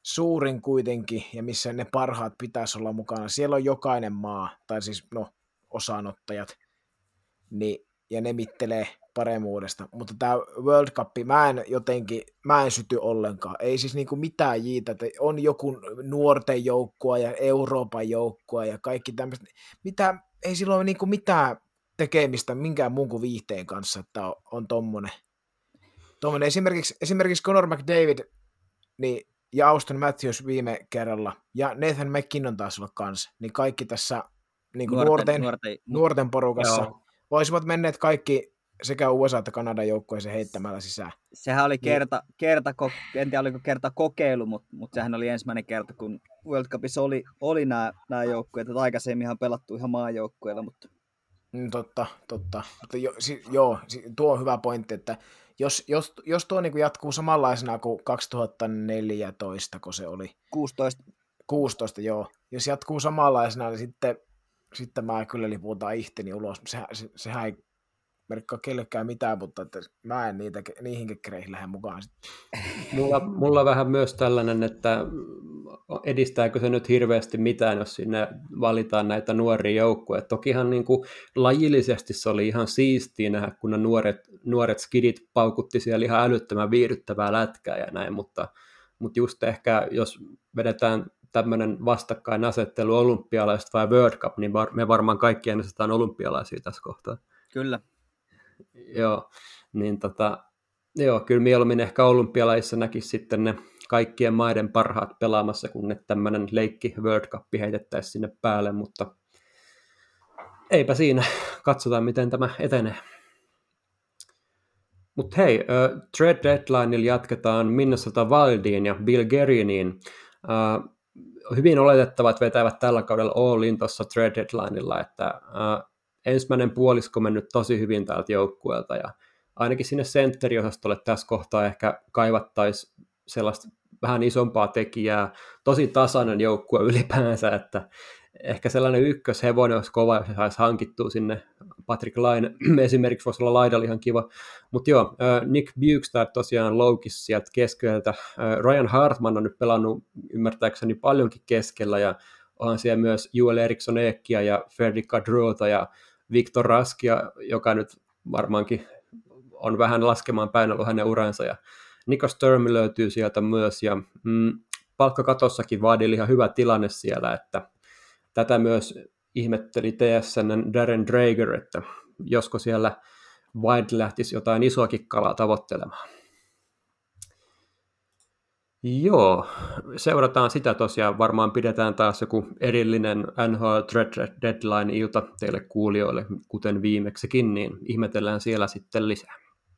suurin kuitenkin, ja missä ne parhaat pitäisi olla mukana. Siellä on jokainen maa, tai siis osanottajat, niin, ja ne mittelee paremmuudesta. Mutta tämä World Cup, mä en syty ollenkaan. Ei siis niinku mitään jiitä, että on joku nuorten joukkua ja Euroopan joukkua ja kaikki tämmöistä. Ei sillä ole niinku mitään tekemistä minkään muun kuin viihteen kanssa, että on tommonen. Esimerkiksi Conor McDavid niin, ja Auston Matthews viime kerralla, ja Nathan McKinnon taas olla kanssa, niin kaikki tässä niin kuin nuorten porukassa olisivat menneet kaikki sekä USA- että Kanadan joukkueeseen heittämällä sisään. Sehän oli en tiedä oliko kerta kokeilu, mutta sehän oli ensimmäinen kerta, kun World Cupissa oli nämä joukkueet, että aikaisemminhan pelattu ihan maajoukkueilla, mutta... Totta. Mutta tuo on hyvä pointti, että jos tuo niin jatkuu samanlaisena kuin 2014, kun se oli... 16, joo. Jos jatkuu samanlaisena, niin sitten mä kyllä liputan ihteni ulos. Sehän ei merkkaa kellekään mitään, mutta että mä en niihin kekkereihin lähde mukaan. Mulla on vähän myös tällainen, että edistääkö se nyt hirveästi mitään, jos sinne valitaan näitä nuoria joukkueita. Tokihan niin kuin lajillisesti se oli ihan siistiä nähdä, kun ne nuoret skidit paukutti siellä ihan älyttömän viihdyttävää lätkää ja näin, mutta just ehkä jos vedetään tämmöinen vastakkainasettelu olympialaiset vai World Cup, niin me varmaan kaikki äänestetään olympialaisia tässä kohtaa. Kyllä. Joo, niin kyllä mieluummin ehkä olympialaisissa näkisi sitten ne kaikkien maiden parhaat pelaamassa, kun ne tämmöinen leikki World Cup heitettäisiin sinne päälle, mutta eipä siinä. Katsotaan, miten tämä etenee. Mutta hei, trade deadlineilla jatketaan Minnesota Wildiin ja Bill Gueriniin. Hyvin oletettava, että vetävät tällä kaudella all in tuossa trade deadlineilla, että ensimmäinen puolisko mennyt tosi hyvin tältä joukkueelta ja ainakin sinne sentteriosastolle tässä kohtaa ehkä kaivattaisiin sellaista vähän isompaa tekijää, tosi tasainen joukkue ylipäänsä, että ehkä sellainen ykköshevonen olisi kova, jos se saisi hankittua sinne. Patrick Laine esimerkiksi voisi olla laidalla ihan kiva. Mutta joo, Nick Bjugstad tosiaan loukissa sieltä keskeltä. Ryan Hartman on nyt pelannut ymmärtääkseni paljonkin keskellä ja onhan siellä myös Joel Eriksson Eekkiä ja Ferdi Gaudreauta ja Victor Raskia, joka nyt varmaankin on vähän laskemaan päin ollut hänen uransa. Ja Nico Sturm löytyy sieltä myös ja palkkakatossakin vaadili ihan hyvä tilanne siellä, että tätä myös ihmetteli TSN Darren Dreger, että josko siellä Wild lähtisi jotain isoakin kalaa tavoittelemaan. Joo, seurataan sitä tosiaan. Varmaan pidetään taas joku erillinen NHL Trade Deadline-ilta teille kuulijoille, kuten viimeksikin, niin ihmetellään siellä sitten lisää.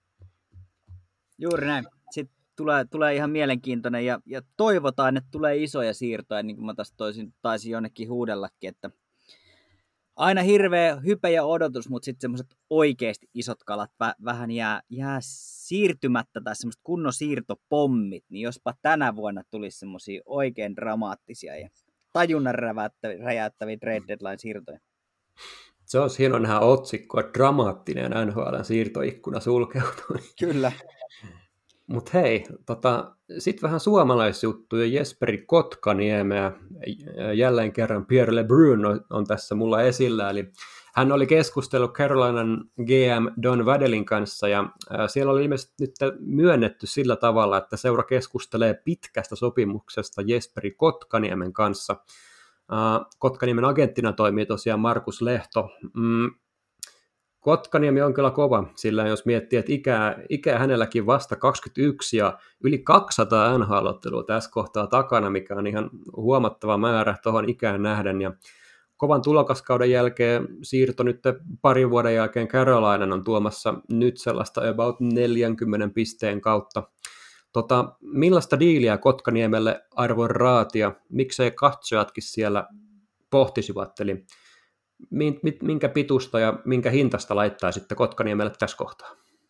Juuri näin. Sitten tulee ihan mielenkiintoinen ja toivotaan, että tulee isoja siirtoja, niin kuin mä tässä taisin jonnekin huudellakin, että aina hirveä hype ja odotus, mutta sitten semmoiset oikeasti isot kalat vähän jää siirtymättä tai semmoiset kunnon siirtopommit, niin jospa tänä vuonna tulisi semmoisia oikein dramaattisia ja tajunnan räjäyttäviä trade deadline siirtoja. Se olisi hieno nähdä otsikkoa, dramaattinen NHL:n siirtoikkuna sulkeutui. Kyllä. Mutta hei, sitten vähän suomalaisjuttuja. Jesperi Kotkaniemeä, jälleen kerran Pierre LeBrun on tässä mulla esillä, eli hän oli keskustellut Carolinan GM Don Waddellin kanssa, ja siellä oli ilmeisesti nyt myönnetty sillä tavalla, että seura keskustelee pitkästä sopimuksesta Jesperi Kotkaniemen kanssa. Kotkaniemen agenttina toimii tosiaan Markus Lehto. Kotkaniemi on kyllä kova, sillä jos miettii, että ikää hänelläkin vasta 21 ja yli 200 NHL-ottelua tässä kohtaa takana, mikä on ihan huomattava määrä tuohon ikään nähden. Ja kovan tulokaskauden jälkeen siirto nyt parin vuoden jälkeen Carolina on tuomassa nyt sellaista about 40 pisteen kautta. Millaista diiliä Kotkaniemelle arvon raatia? Miksei katsojatkin siellä pohtisivat? Eli minkä pitusta ja minkä hintasta laittaa sitten Kotkaniemelle tässä kohtaa?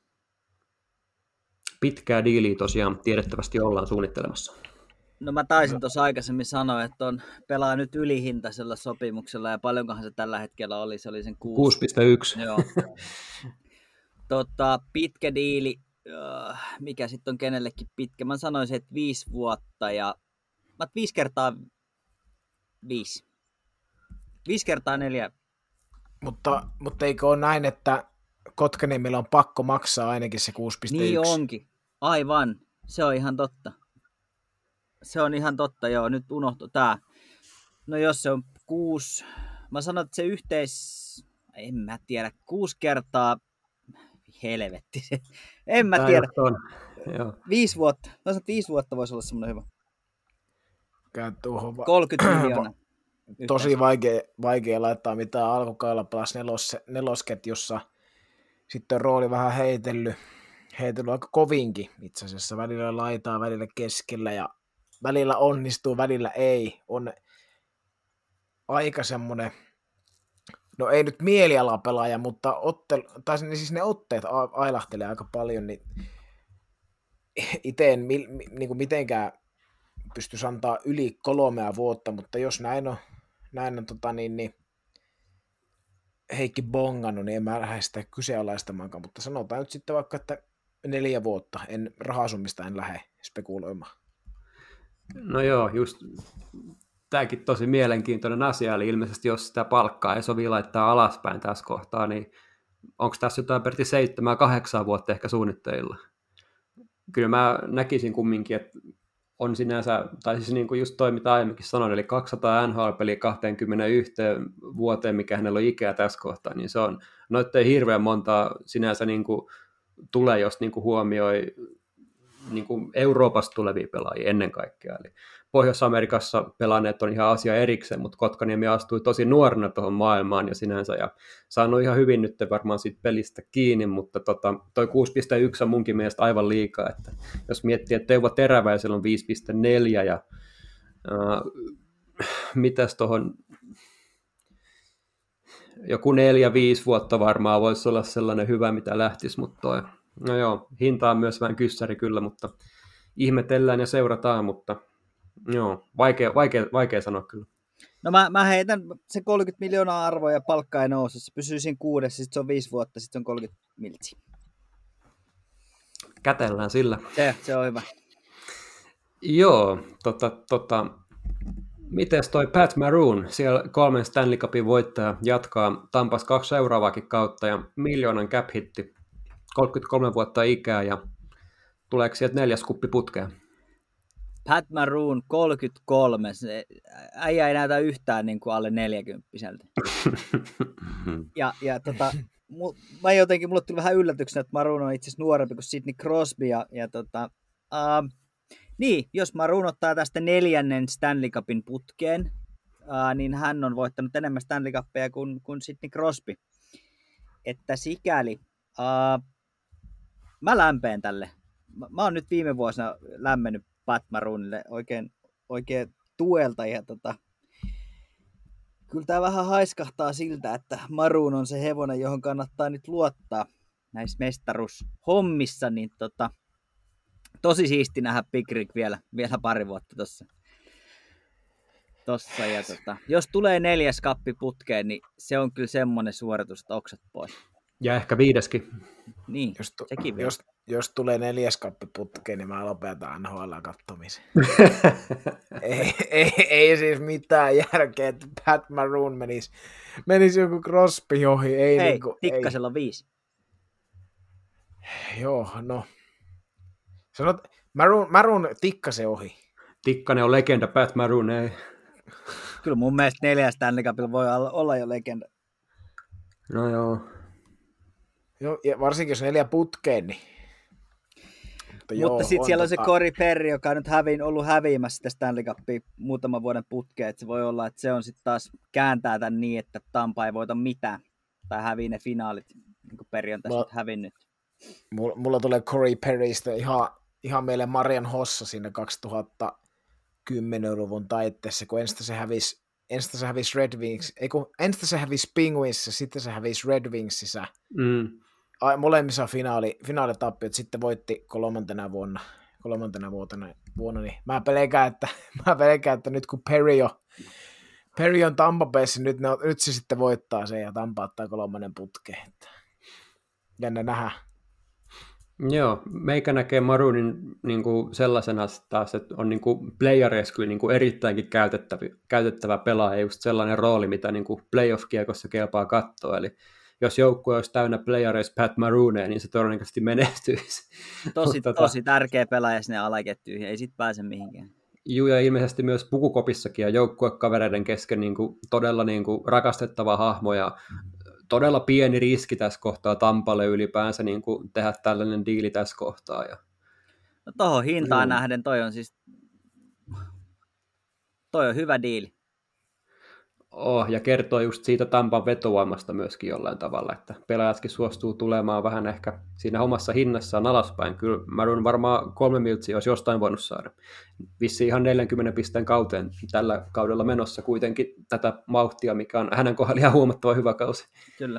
Pitkää diiliä tosiaan tiedettävästi ollaan suunnittelemassa. No mä taisin tuossa aikaisemmin sanoa, että pelaa nyt ylihintaisella sopimuksella ja paljonkohan se tällä hetkellä oli? Se oli sen 6,1. Joo. Pitkä diili, mikä sitten on kenellekin pitkä. Mä sanoisin, että 5 vuotta ja Mä 5 kertaa 5. 5 kertaa 4. Mutta eikö ole näin, että Kotkaniemellä on pakko maksaa ainakin se 6,1? Niin onkin. Aivan. Se on ihan totta. Joo. Nyt unohtui tää. No jos se on 6... Mä sanon, että se en mä tiedä. 6 kertaa... Helvetti se. En mä tiedä. 5 vuotta. Mä sanon, että 5 vuotta voisi olla semmoinen hyvä. 30 miljoonaa. Tosi vaikea laittaa mitään alkukaudella pelasi nelosketjussa. Sitten on rooli vähän heitellyt aika kovinkin itse asiassa. Välillä laitaa, välillä keskellä ja välillä onnistuu, välillä ei. On aika semmoinen, no ei nyt mielialapelaaja, mutta siis ne otteet ailahtelee aika paljon, niin itse en mitenkään pystyisi antaa yli 3 vuotta, mutta jos näin on Heikki bongannut, niin en mä lähde sitä kyseenalaistamaankaan, mutta sanotaan nyt sitten vaikka, että 4 vuotta, rahasummista en lähde spekuloimaan. No joo, just tämäkin tosi mielenkiintoinen asia, eli ilmeisesti jos sitä palkkaa ei sovi laittaa alaspäin tässä kohtaa, niin onko tässä jotain Pertti 7-8 vuotta ehkä suunnitteilla? Kyllä mä näkisin kumminkin, että on sinänsä, tai siis niin kuin just toi, mitä aiemminkin sanoin, eli 200 NHL-peliä 21 vuoteen, mikä hänellä on ikää tässä kohtaa, niin se on, noita ei hirveän monta sinänsä niin kuin tulee, jos niin kuin huomioi niin kuin Euroopasta tulevia pelaajia ennen kaikkea. Eli Pohjois-Amerikassa pelaaneet on ihan asia erikseen, mutta Kotkaniemi astui tosi nuorena tuohon maailmaan ja sinänsä, ja saanut ihan hyvin nyt varmaan siitä pelistä kiinni, mutta toi 6,1 on munkin mielestä aivan liikaa, että jos miettii, että Teuvo Teräväisellä on 5,4 ja mitäs tuohon joku 4-5 vuotta varmaan voisi olla sellainen hyvä, mitä lähtisi, mutta no joo, hinta on myös vähän kyssäri kyllä, mutta ihmetellään ja seurataan, mutta joo, vaikea sanoa kyllä. No mä heitän se 30 miljoonaa arvoa ja palkka ei nouse. Se pysyy siinä 6, sitten se on 5 vuotta, sitten se on 30 miltsiä. Kätellään sillä. Se on hyvä. Joo, mites toi Pat Maroon, siellä 3 Stanley Cupin voittaja, jatkaa Tampas 2 seuraavaakin kautta ja 1 miljoonan cap-hitti, 33 vuotta ikää ja tuleeko sieltä 4 kuppi putkeen? Pat Maroon 33, se äijä ei näytä yhtään niin kuin alle 40-vuotiaalta. Mulle tuli vähän yllätyksenä, että Maroon on itse asiassa nuorempi kuin Sidney Crosby. Niin, jos Maroon ottaa tästä 4. Stanley Cupin putkeen, niin hän on voittanut enemmän Stanley Cupia kuin Sidney Crosby. Että sikäli mä lämpeen tälle. Mä oon nyt viime vuosina lämmennyt Pat Maroonille oikein tuelta ja kyllä tää vähän haiskahtaa siltä, että Maroon on se hevonen, johon kannattaa nyt luottaa näissä mestaruushommissa, niin tosi siisti nähdä Big Rig vielä pari vuotta tossa ja jos tulee 4. kappi putkeen, niin se on kyllä semmoinen suoritus, että oksat pois. Ja ehkä 5. Niin, sekin vielä. Jos tulee 4. kappi putkeen, niin mä lopetan NHL-kattomisen. ei siis mitään järkeä, että Pat Maroon menisi joku Crosby ohi. Ei, Tikkasella 5. Joo, no. Sanot, Maroon Tikkasen ohi. Tikkanen on legenda, Pat Maroon ei. Kyllä mun mielestä 4 Stanley Cupilla voi olla jo legenda. No joo. Joo, ja varsinkin jos 4 putkeen, niin... Mutta sitten siellä on se Corey Perry, joka on nyt ollut häviämässä sitä Stanley Cupia muutaman vuoden putkeen. Että se voi olla, että se on sitten taas kääntää tämän niin, että Tampa ei voita mitään. Tai hävii ne finaalit, niin kuin Perry on tässä hävinnyt. Mulla tulee Corey Perrystä ihan meille Marian Hossa siinä 2010-luvun taitteessa, kun ensin se hävisi Red Wings, ensin se hävisi Penguinsissa, sitten se hävisi Red Wingsissä. Molemmissa finaalitappiot, sitten voitti kolmantena vuonna, niin mä pelkään, että nyt kun Perry on Tampa Bayssa, nyt se sitten voittaa sen ja Tampa ottaa 3. putkeen. Jännä nähdä. Joo, meikä näkee Maroonin niin kuin sellaisena taas, että on niin kuin playereissa kyllä niin kuin erittäinkin käytettävä pelaaja, just sellainen rooli, mitä niin kuin playoff-kiekossa kelpaa katsoa, eli jos joukkue olisi täynnä playereissa Pat Marooneja, niin se todennäköisesti menestyisi. Tosi tärkeä pelaaja sinne alakettyyn, ei sit pääse mihinkään. Juu, ja ilmeisesti myös pukukopissakin ja joukkuekavereiden kesken niin kuin todella niin kuin rakastettava hahmo ja todella pieni riski tässä kohtaa Tampalle ylipäänsä niin kuin tehdä tällainen diili tässä kohtaa. Ja... No tohon hintaan nähden toi on hyvä diili. Ja kertoo just siitä Tampan vetovoimasta myöskin jollain tavalla, että pelaajatkin suostuu tulemaan vähän ehkä siinä omassa hinnassaan alaspäin. Kyllä Maroon varmaan 3 miltsiä olisi jostain voinut saada. Vissiin ihan 40 pisteen kauteen tällä kaudella menossa kuitenkin tätä vauhtia, mikä on hänen kohdalla ihan huomattavan hyvä kausi. Kyllä.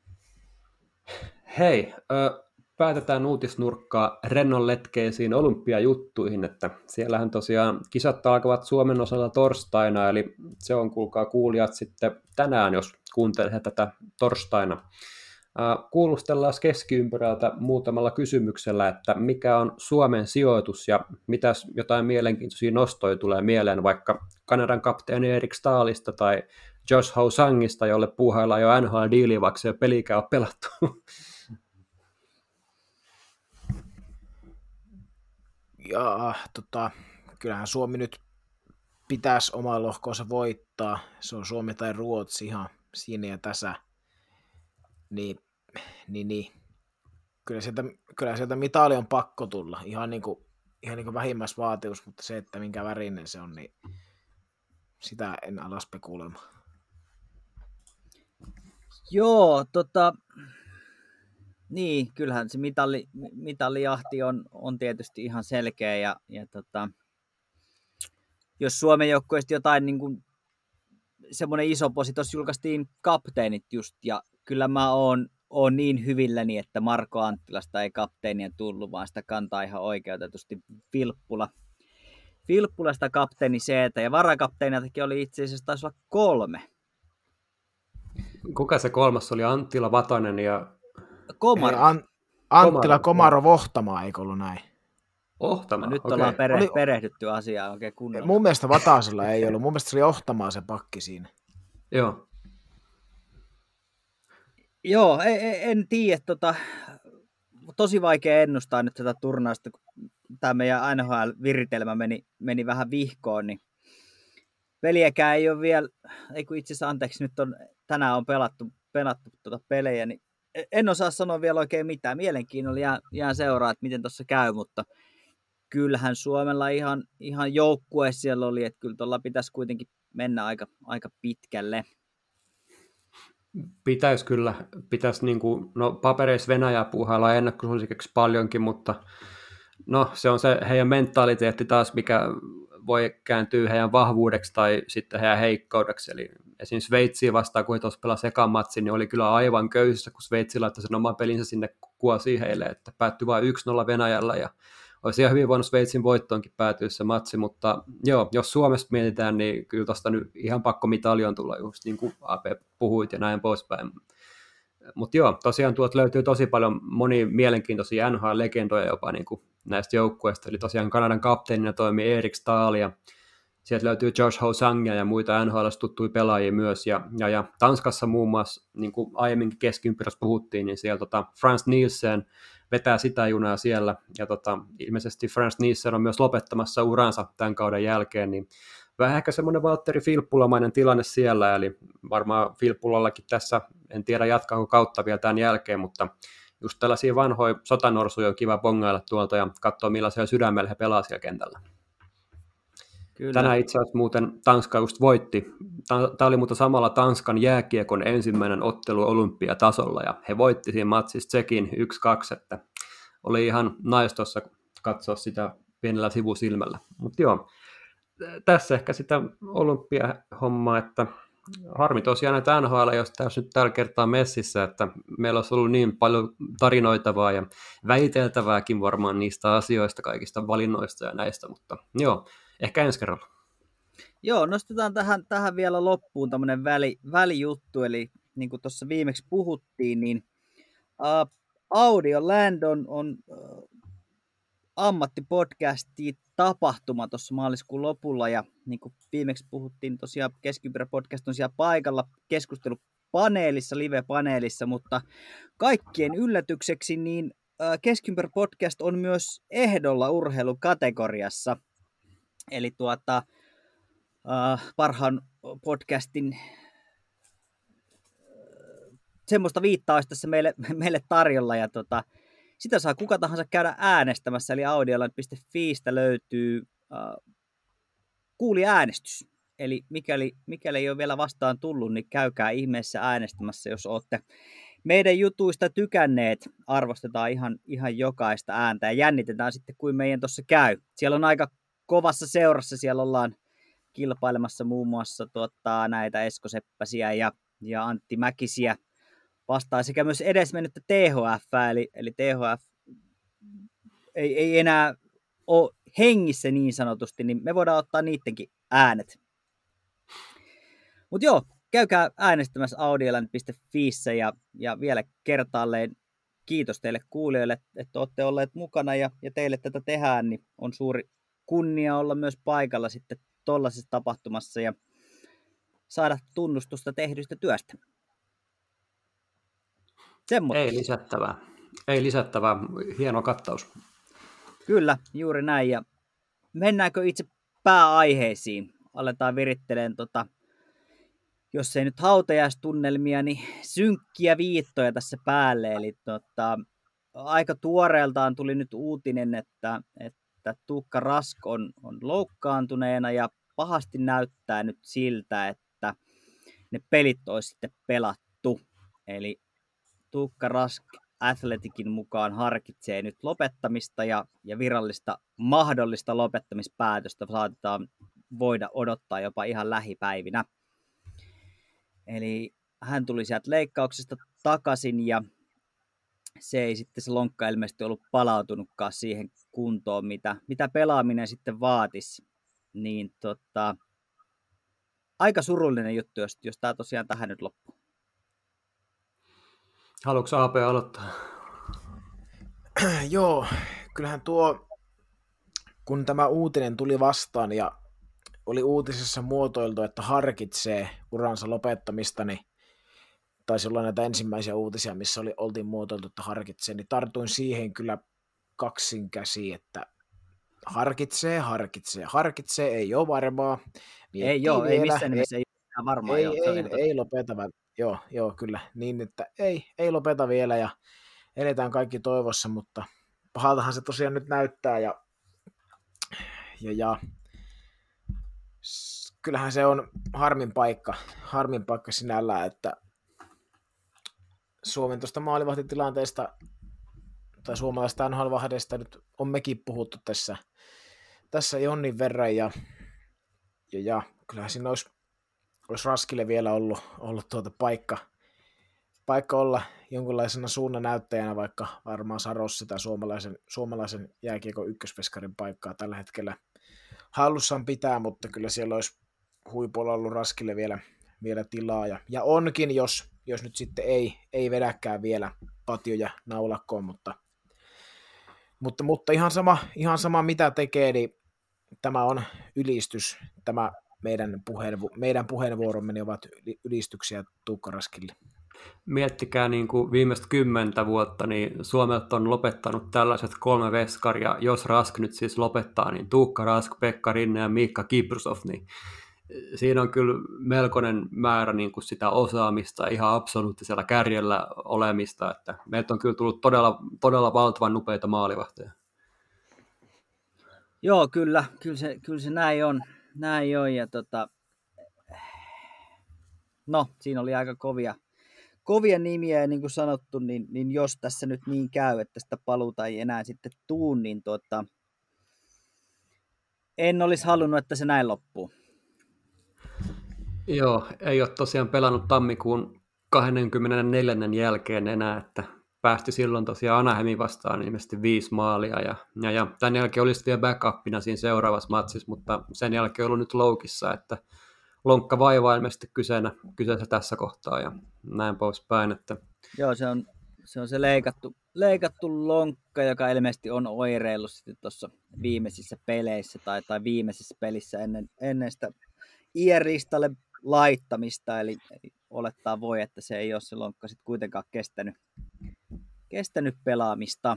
Hei, päätetään uutisnurkkaa rennon letkeisiin olympiajuttuihin, että siellähän tosiaan kisat alkavat Suomen osalta torstaina, eli se on, kuulkaa kuulijat, sitten tänään, jos kuuntelee tätä torstaina. Kuulustellaan keskiympyrältä muutamalla kysymyksellä, että mikä on Suomen sijoitus ja mitäs jotain mielenkiintoisia nostoja tulee mieleen vaikka Kanadan kapteeni Erik Staalista tai Josh Ho-Sangista, jolle puuhaillaan jo NHL-diiliä, vaikka se ei pelikään ole pelattu. Ja kyllähän Suomi nyt pitäisi omaa lohkoonsa voittaa. Se on Suomi tai Ruotsi ihan siinä ja tässä. Niin. Kyllä sieltä mitali on pakko tulla. Ihan niin kuin vähimmäisvaatimus, mutta se, että minkä värinen se on, niin sitä en ala spekuloimaan. Joo, niin, kyllähän se mitalijahti on tietysti ihan selkeä ja jos Suomen joukkueesta jotain niin kuin semmoinen iso posi, tuossa julkaistiin kapteenit just ja kyllä mä oon niin hyvilläni, että Marko Anttilasta ei kapteenia tullut, vaan sitä kantaa ihan oikeutetusti Vilppulasta kapteeni C, ja varakapteeniatakin oli itse asiassa taisi olla 3. Kuka se kolmas oli? Anttila, Vatanen ja... Komarov. Anttila, Komarov, Ohtamaa, eikö ollut näin? Ohtamaa, nyt okei. ollaan perehdytty asiaan oikein kunnolla. Mun mielestä Vatasella ei ollut. Mun mielestä se oli Ohtamaa se pakki siinä. Joo. Joo, en tiedä. Tosi vaikea ennustaa nyt tätä turnausta, kun tämä meidän NHL-viritelmä meni vähän vihkoon, niin peliäkään ei ole vielä, itse asiassa anteeksi, tänään on pelattu pelejä, niin en osaa sanoa vielä oikein mitään. Mielenkiinnolla jään seuraa, että miten tuossa käy, mutta kyllähän Suomella ihan joukkue siellä oli, että kyllä tuolla pitäisi kuitenkin mennä aika pitkälle. Pitäisi niin kuin, no papereissa Venäjää puuhaillaan ennakkosuosikeksi paljonkin, mutta no se on se heidän mentaliteetti taas, mikä voi kääntyä heidän vahvuudeksi tai sitten heidän heikkoudeksi. Eli esimerkiksi Sveitsiä vastaan, kun he tuossa pelasi ekan matsin, niin oli kyllä aivan köysissä, kun Sveitsi laittoi sen oman pelinsä sinne kuosiin heille, että päättyi vain 1-0 Venäjällä ja olisi ihan hyvin voinut Sveitsin voittoonkin päätyä se matsi, mutta joo, jos Suomesta mietitään, niin kyllä tuosta nyt ihan pakko mitalion tulla, just niin kuin AP puhuit ja näin poispäin. Mutta joo, tosiaan tuolta löytyy tosi paljon monia mielenkiintoisia NHL-legendoja jopa niin kuin näistä joukkueista, eli tosiaan Kanadan kapteenina toimii Erik Staal, ja sieltä löytyy Josh Ho-Sangia ja muita NHL:ssä tuttuja pelaajia myös, ja Tanskassa muun muassa, niin kuin aiemminkin keskiympyrässä puhuttiin, niin siellä Frans Nielsen vetää sitä junaa siellä, ja ilmeisesti Frans Nielsen on myös lopettamassa uransa tämän kauden jälkeen, niin vähän ehkä semmoinen Valtteri Filppulamainen tilanne siellä, eli varmaan Filppulallakin tässä, en tiedä jatkaako kautta vielä tämän jälkeen, mutta just tällaisia vanhoja sotanorsuja on kiva bongailla tuolta ja katsoa millaisella sydämellä he pelaa siellä kentällä. Kyllä. Tänään itse asiassa muuten Tanska just voitti. Tämä oli muuten samalla Tanskan jääkiekon ensimmäinen ottelu olympiatasolla ja he voitti siinä matsissa Tsekin 1-2, että oli ihan nice tuossa katsoa sitä pienellä sivusilmällä. Mutta joo, tässä ehkä sitä olympiahommaa, että harmi tosiaan, että NHL jos tässä nyt tällä kertaa messissä, että meillä olisi ollut niin paljon tarinoitavaa ja väiteltävääkin varmaan niistä asioista, kaikista valinnoista ja näistä, mutta joo, ehkä ensi kerralla. Joo, nostetaan tähän vielä loppuun tämmöinen välijuttu, eli niin kuin tuossa viimeksi puhuttiin, niin Audioland on ammattipodcasti tapahtuma tuossa maaliskuun lopulla, ja niin kuin viimeksi puhuttiin, tosiaan Keskiympyrä podcast on siellä paikalla keskustelupaneelissa, live-paneelissa, mutta kaikkien yllätykseksi niin Keskiympyrä podcast on myös ehdolla urheilukategoriassa, eli parhaan podcastin semmoista viittaa olisi tässä meille tarjolla, ja sitä saa kuka tahansa käydä äänestämässä, eli audioland.fiistä löytyy kuulijaäänestys. Eli mikäli ei ole vielä vastaan tullut, niin käykää ihmeessä äänestämässä, jos olette meidän jutuista tykänneet. Arvostetaan ihan jokaista ääntä ja jännitetään sitten, kuin meidän tuossa käy. Siellä on aika kovassa seurassa, siellä ollaan kilpailemassa muun muassa näitä Esko Seppäsiä ja Antti Mäkisiä vastaan, sekä myös edesmennyttä THF, eli THF ei enää ole hengissä niin sanotusti, niin me voidaan ottaa niidenkin äänet. Mutta joo, käykää äänestämässä audioland.fiissä ja vielä kertaalleen kiitos teille kuulijoille, että olette olleet mukana ja teille tätä tehdään, niin on suuri kunnia olla myös paikalla sitten tuollaisessa tapahtumassa ja saada tunnustusta tehdystä työstä. Semmoinen. Ei lisättävää. Hieno kattaus. Kyllä, juuri näin. Ja mennäänkö itse pääaiheisiin? Aletaan virittelemään, jos ei nyt hautajaistunnelmia, niin synkkiä viittoja tässä päälle. Eli aika tuoreeltaan tuli nyt uutinen, että Tuukka Rask on loukkaantuneena ja pahasti näyttää nyt siltä, että ne pelit olisi sitten pelattu. Eli Tuukka Rask Athleticin mukaan harkitsee nyt lopettamista ja virallista mahdollista lopettamispäätöstä saatetaan voida odottaa jopa ihan lähipäivinä. Eli hän tuli sieltä leikkauksesta takaisin ja se lonkka ilmeisesti ollut palautunutkaan siihen kuntoon, mitä pelaaminen sitten vaatisi. Niin aika surullinen juttu, jos tämä tosiaan tähän nyt loppuu. Haluatko AP aloittaa? Joo, kyllähän kun tämä uutinen tuli vastaan ja oli uutisessa muotoiltu, että harkitsee uransa lopettamista, niin taisi olla näitä ensimmäisiä uutisia, missä oltiin muotoiltu, että harkitsee, niin tartuin siihen kyllä kaksin käsiin, että harkitsee, ei ole varmaa. Ei missään nimessä ei ole varmaa. Ei lopeta, joo, kyllä, niin että ei lopeta vielä ja eletään kaikki toivossa, mutta pahaltahan se tosiaan nyt näyttää ja kyllähän se on harmin paikka sinällään, että Suomen tuosta maalivahtitilanteesta tai suomalaisesta NHL-vahdeista nyt on mekin puhuttu tässä jonnin verran ja kyllähän siinä olisi Raskille vielä ollut paikka olla jonkinlaisena suunnannäyttäjänä, vaikka varmaan Saros sitä suomalaisen jääkiekon ykkösveskarin paikkaa tällä hetkellä hallussaan pitää, mutta kyllä siellä olisi huipulla ollut Raskille vielä tilaa ja onkin, jos nyt sitten ei vedäkään vielä patjoja naulakkoon, mutta ihan sama mitä tekee, niin tämä on ylistys, tämä meidän puheenvuoromme niin ovat ylistyksiä Tuukka Raskille. Miettikää niin kuin viimeistä 10 vuotta, niin Suomelta on lopettanut tällaiset 3 veskaria. Jos Rask nyt siis lopettaa, niin Tuukka Rask, Pekka Rinne ja Miikka Kiprusoff, niin siinä on kyllä melkoinen määrä niin kuin sitä osaamista, ihan absoluuttisella kärjellä olemista, että meiltä on kyllä tullut todella valtavan nopeita maalivahteja. Joo, kyllä se näin on. Ja no, siinä oli aika kovia nimiä, ja niin kuin sanottu, niin jos tässä nyt niin käy, että sitä paluuta ei enää sitten tuu, niin en olisi halunnut, että se näin loppuu. Joo, ei ole tosiaan pelannut tammikuun 24. jälkeen enää, että päästi silloin tosiaan Anaheimin vastaan ilmeisesti 5 maalia, ja tämän jälkeen olisi vielä backupina siinä seuraavassa matsissa, mutta sen jälkeen on ollut nyt loukissa, että lonkka vaivaa ilmeisesti kyseessä tässä kohtaa ja näin poispäin. Että... Joo, se on Se on se leikattu lonkka, joka ilmeisesti on oireillut sitten tuossa viimeisissä peleissä tai viimeisessä pelissä ennen sitä IR-listalle laittamista, eli olettaa voi, että se ei ole se lonkka sitten kuitenkaan kestänyt pelaamista.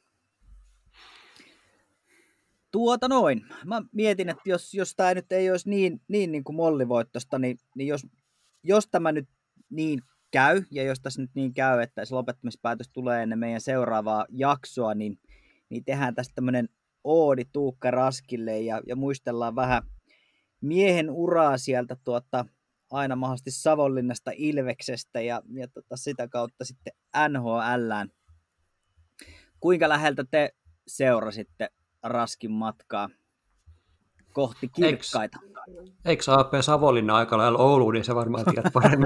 Mä mietin, että jos tämä nyt ei olisi niin kuin mollivoittosta, niin jos tämä nyt niin käy, ja jos tässä nyt niin käy, että se lopettamispäätös tulee ennen meidän seuraavaa jaksoa, niin tehdään tästä tämmöinen oodi Tuukka Raskille, ja muistellaan vähän miehen uraa sieltä aina mahdollisesti Savonlinnasta Ilveksestä, ja sitä kautta sitten NHL:ään. Kuinka läheltä te seurasitte Raskin matkaa kohti kirkkaita? Eikö AP Savonlinna aika lailla Ouluun, niin se varmaan tiedät paremmin.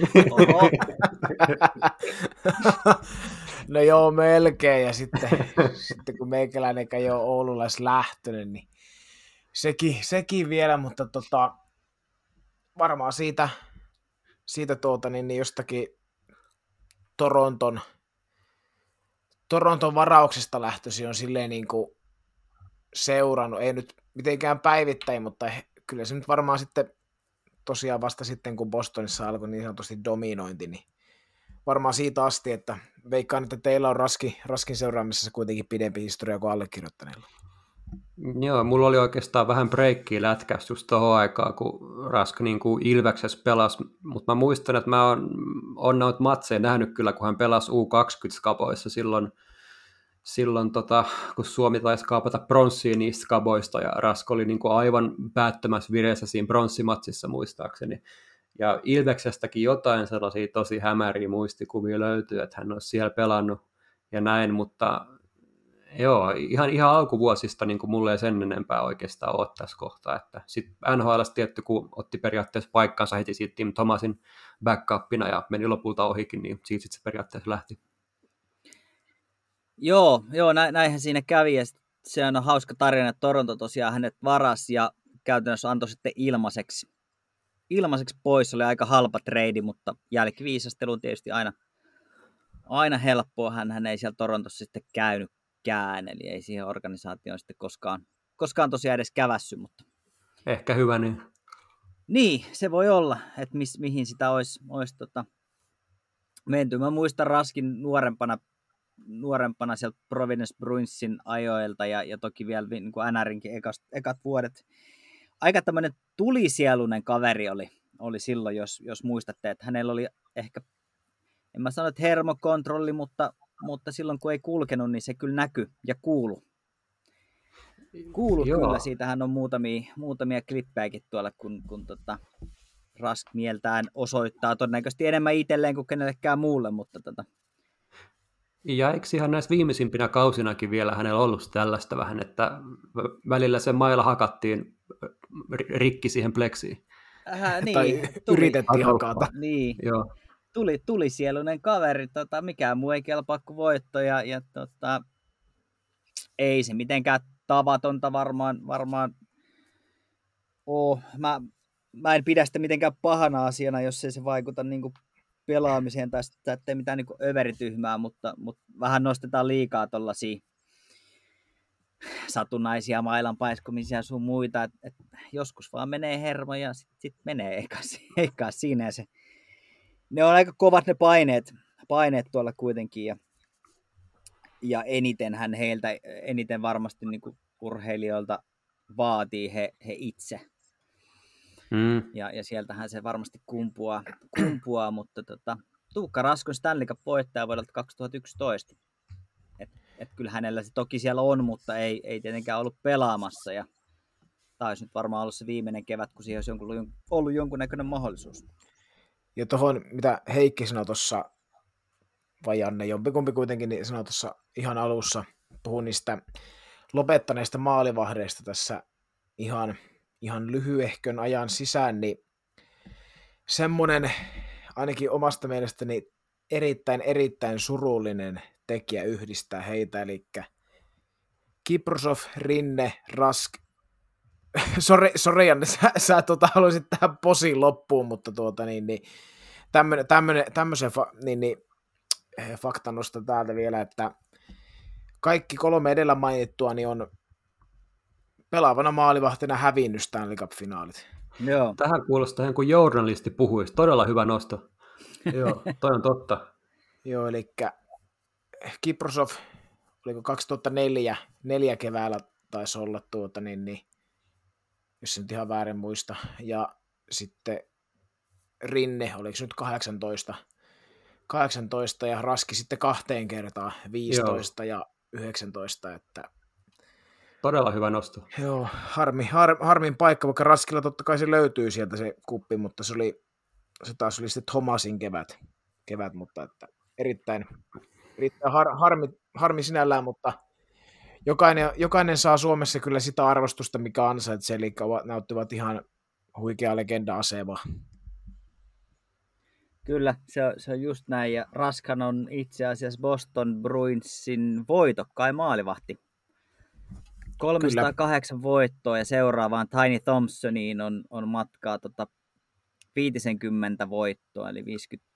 No joo, melkein. Ja sitten kun meikäläinen ei ole oululaislähtöinen, niin sekin vielä, mutta varmaan siitä niin jostakin Toronton varauksesta lähtöisin on silleen niin kuin seurannut, ei nyt mitenkään päivittäin, mutta kyllä se nyt varmaan sitten tosiaan vasta sitten, kun Bostonissa alkoi niin sanotusti dominointi, niin varmaan siitä asti, että veikkaan, että teillä on Raskin seuraamisessa kuitenkin pidempi historia kuin allekirjoittaneella. Joo, mulla oli oikeastaan vähän breikkiä lätkässä just tuohon aikaan, kun Rask niin kuin Ilveksessä pelasi, mutta mä muistan, että mä oon noita matseja nähnyt kyllä, kun hän pelasi U20-skaboissa silloin kun Suomi taisi kaapata pronssia niistä skaboista, ja Rask oli niin kuin aivan päättömässä vireessä siinä pronssimatsissa muistaakseni. Ja Ilveksestäkin jotain sellaisia tosi hämäriä muistikuvia löytyy, että hän olisi siellä pelannut ja näin, mutta joo, ihan alkuvuosista niin kuin mulle ei sen enempää oikeastaan ole tässä kohtaa. Sitten NHL:ssä tietty, kun otti periaatteessa paikkansa heti siitä Tim Thomasin backupina ja meni lopulta ohikin, niin siitä sitten se periaatteessa lähti. Joo, näinhän siinä kävi, ja se on hauska tarina, että Toronto tosiaan hänet varasi ja käytännössä antoi sitten ilmaiseksi pois. Se oli aika halpa trade, mutta jälkiviisastelu on tietysti aina helppoa. Hän ei siellä Torontossa sitten käynytkään, eli ei siihen organisaatioon sitten koskaan tosiaan edes kävässy. Mutta ehkä hyvä niin. Niin, se voi olla, että mihin sitä olisi menty. Mä muistan Raskin nuorempana sieltä Providence Bruinsin ajoilta ja toki vielä niin kuin NRinkin ekat vuodet. Aika tämmöinen tulisieluinen kaveri oli silloin, jos muistatte, että hänellä oli ehkä, en mä sano, että hermokontrolli, mutta silloin kun ei kulkenut, niin se kyllä näkyi ja kuului. Kyllä, siitähän on muutamia klippejäkin tuolla, kun Rask mieltään osoittaa todennäköisesti enemmän itselleen kuin kenellekään muulle, mutta Ja eikö ihan näissä viimeisimpinä kausinakin vielä hänellä ollut tällaista vähän, että välillä se maila hakattiin rikki siihen pleksiin? Niin, tai yritettiin hakata. Niin, joo. Tuli sieluinen kaveri, mikään muu ei kelpaa kuin voitto, ja ei se mitenkään tavatonta varmaan ole. Mä en pidä sitä mitenkään pahana asiana, jos ei se vaikuta niin kuin pelaamiseen tai ettei mitään niin kuin överityhmää, mutta vähän nostetaan liikaa tuollaisia satunnaisia mailan paiskumisia sun muita, että joskus vaan menee hermo ja sit menee, eikä siinä se. Ne on aika kovat ne paineet tuolla kuitenkin, ja eniten varmasti niin kuin urheilijoilta vaatii he itse. Ja sieltähän se varmasti kumpuaa, mutta Tuukka Rask on Stanley Cup -voittaja vuodelta 2011. Et kyllä hänellä se toki siellä on, mutta ei tietenkään ollut pelaamassa, ja taisi nyt varmaan ollut se viimeinen kevät, kun siihen olisi ollut jonkunnäköinen mahdollisuus. Ja tuohon, mitä Heikki sanoi tuossa, vai Janne, jompikumpi kuitenkin, niin sanoi tuossa ihan alussa, puhun niistä lopettaneista maalivahdeista tässä ihan lyhyehkön ajan sisään, niin semmoinen ainakin omasta mielestäni erittäin surullinen tekijä yhdistää heitä, eli Kiprusov, Rinne, Rask, sori Janne, sä haluaisit tähän posin loppuun, mutta tämmöisen fakta nostan täältä vielä, että kaikki 3 edellä mainittua niin on pelaavana maalivahtina hävinnyt Stanley Cup-finaalit. Joo. Tähän kuulostaa kuin journalisti puhuisi. Todella hyvä nosto. Joo, toi on totta. Joo, eli Kiprosov, oliko 2004 keväällä taisi olla jos nyt ihan väärin muista, ja sitten Rinne, oliko nyt 18 ja Raski sitten 2 kertaa, 15 ja 19, että Todella hyvä nosto. joo, harmin paikka, vaikka Raskilla totta kai se löytyy sieltä se kuppi, mutta se taas oli sitten Thomasin kevät, mutta että erittäin harmi sinällään, mutta jokainen saa Suomessa kyllä sitä arvostusta, mikä ansaitsee, eli näyttivät ihan huikea legenda-asemaa. Kyllä, se on just näin, ja Raskan on itse asiassa Boston Bruinsin voitokkain maalivahti. 308 voittoa, ja seuraavaan Tiny Thompsoniin on matkaa 50 voittoa, eli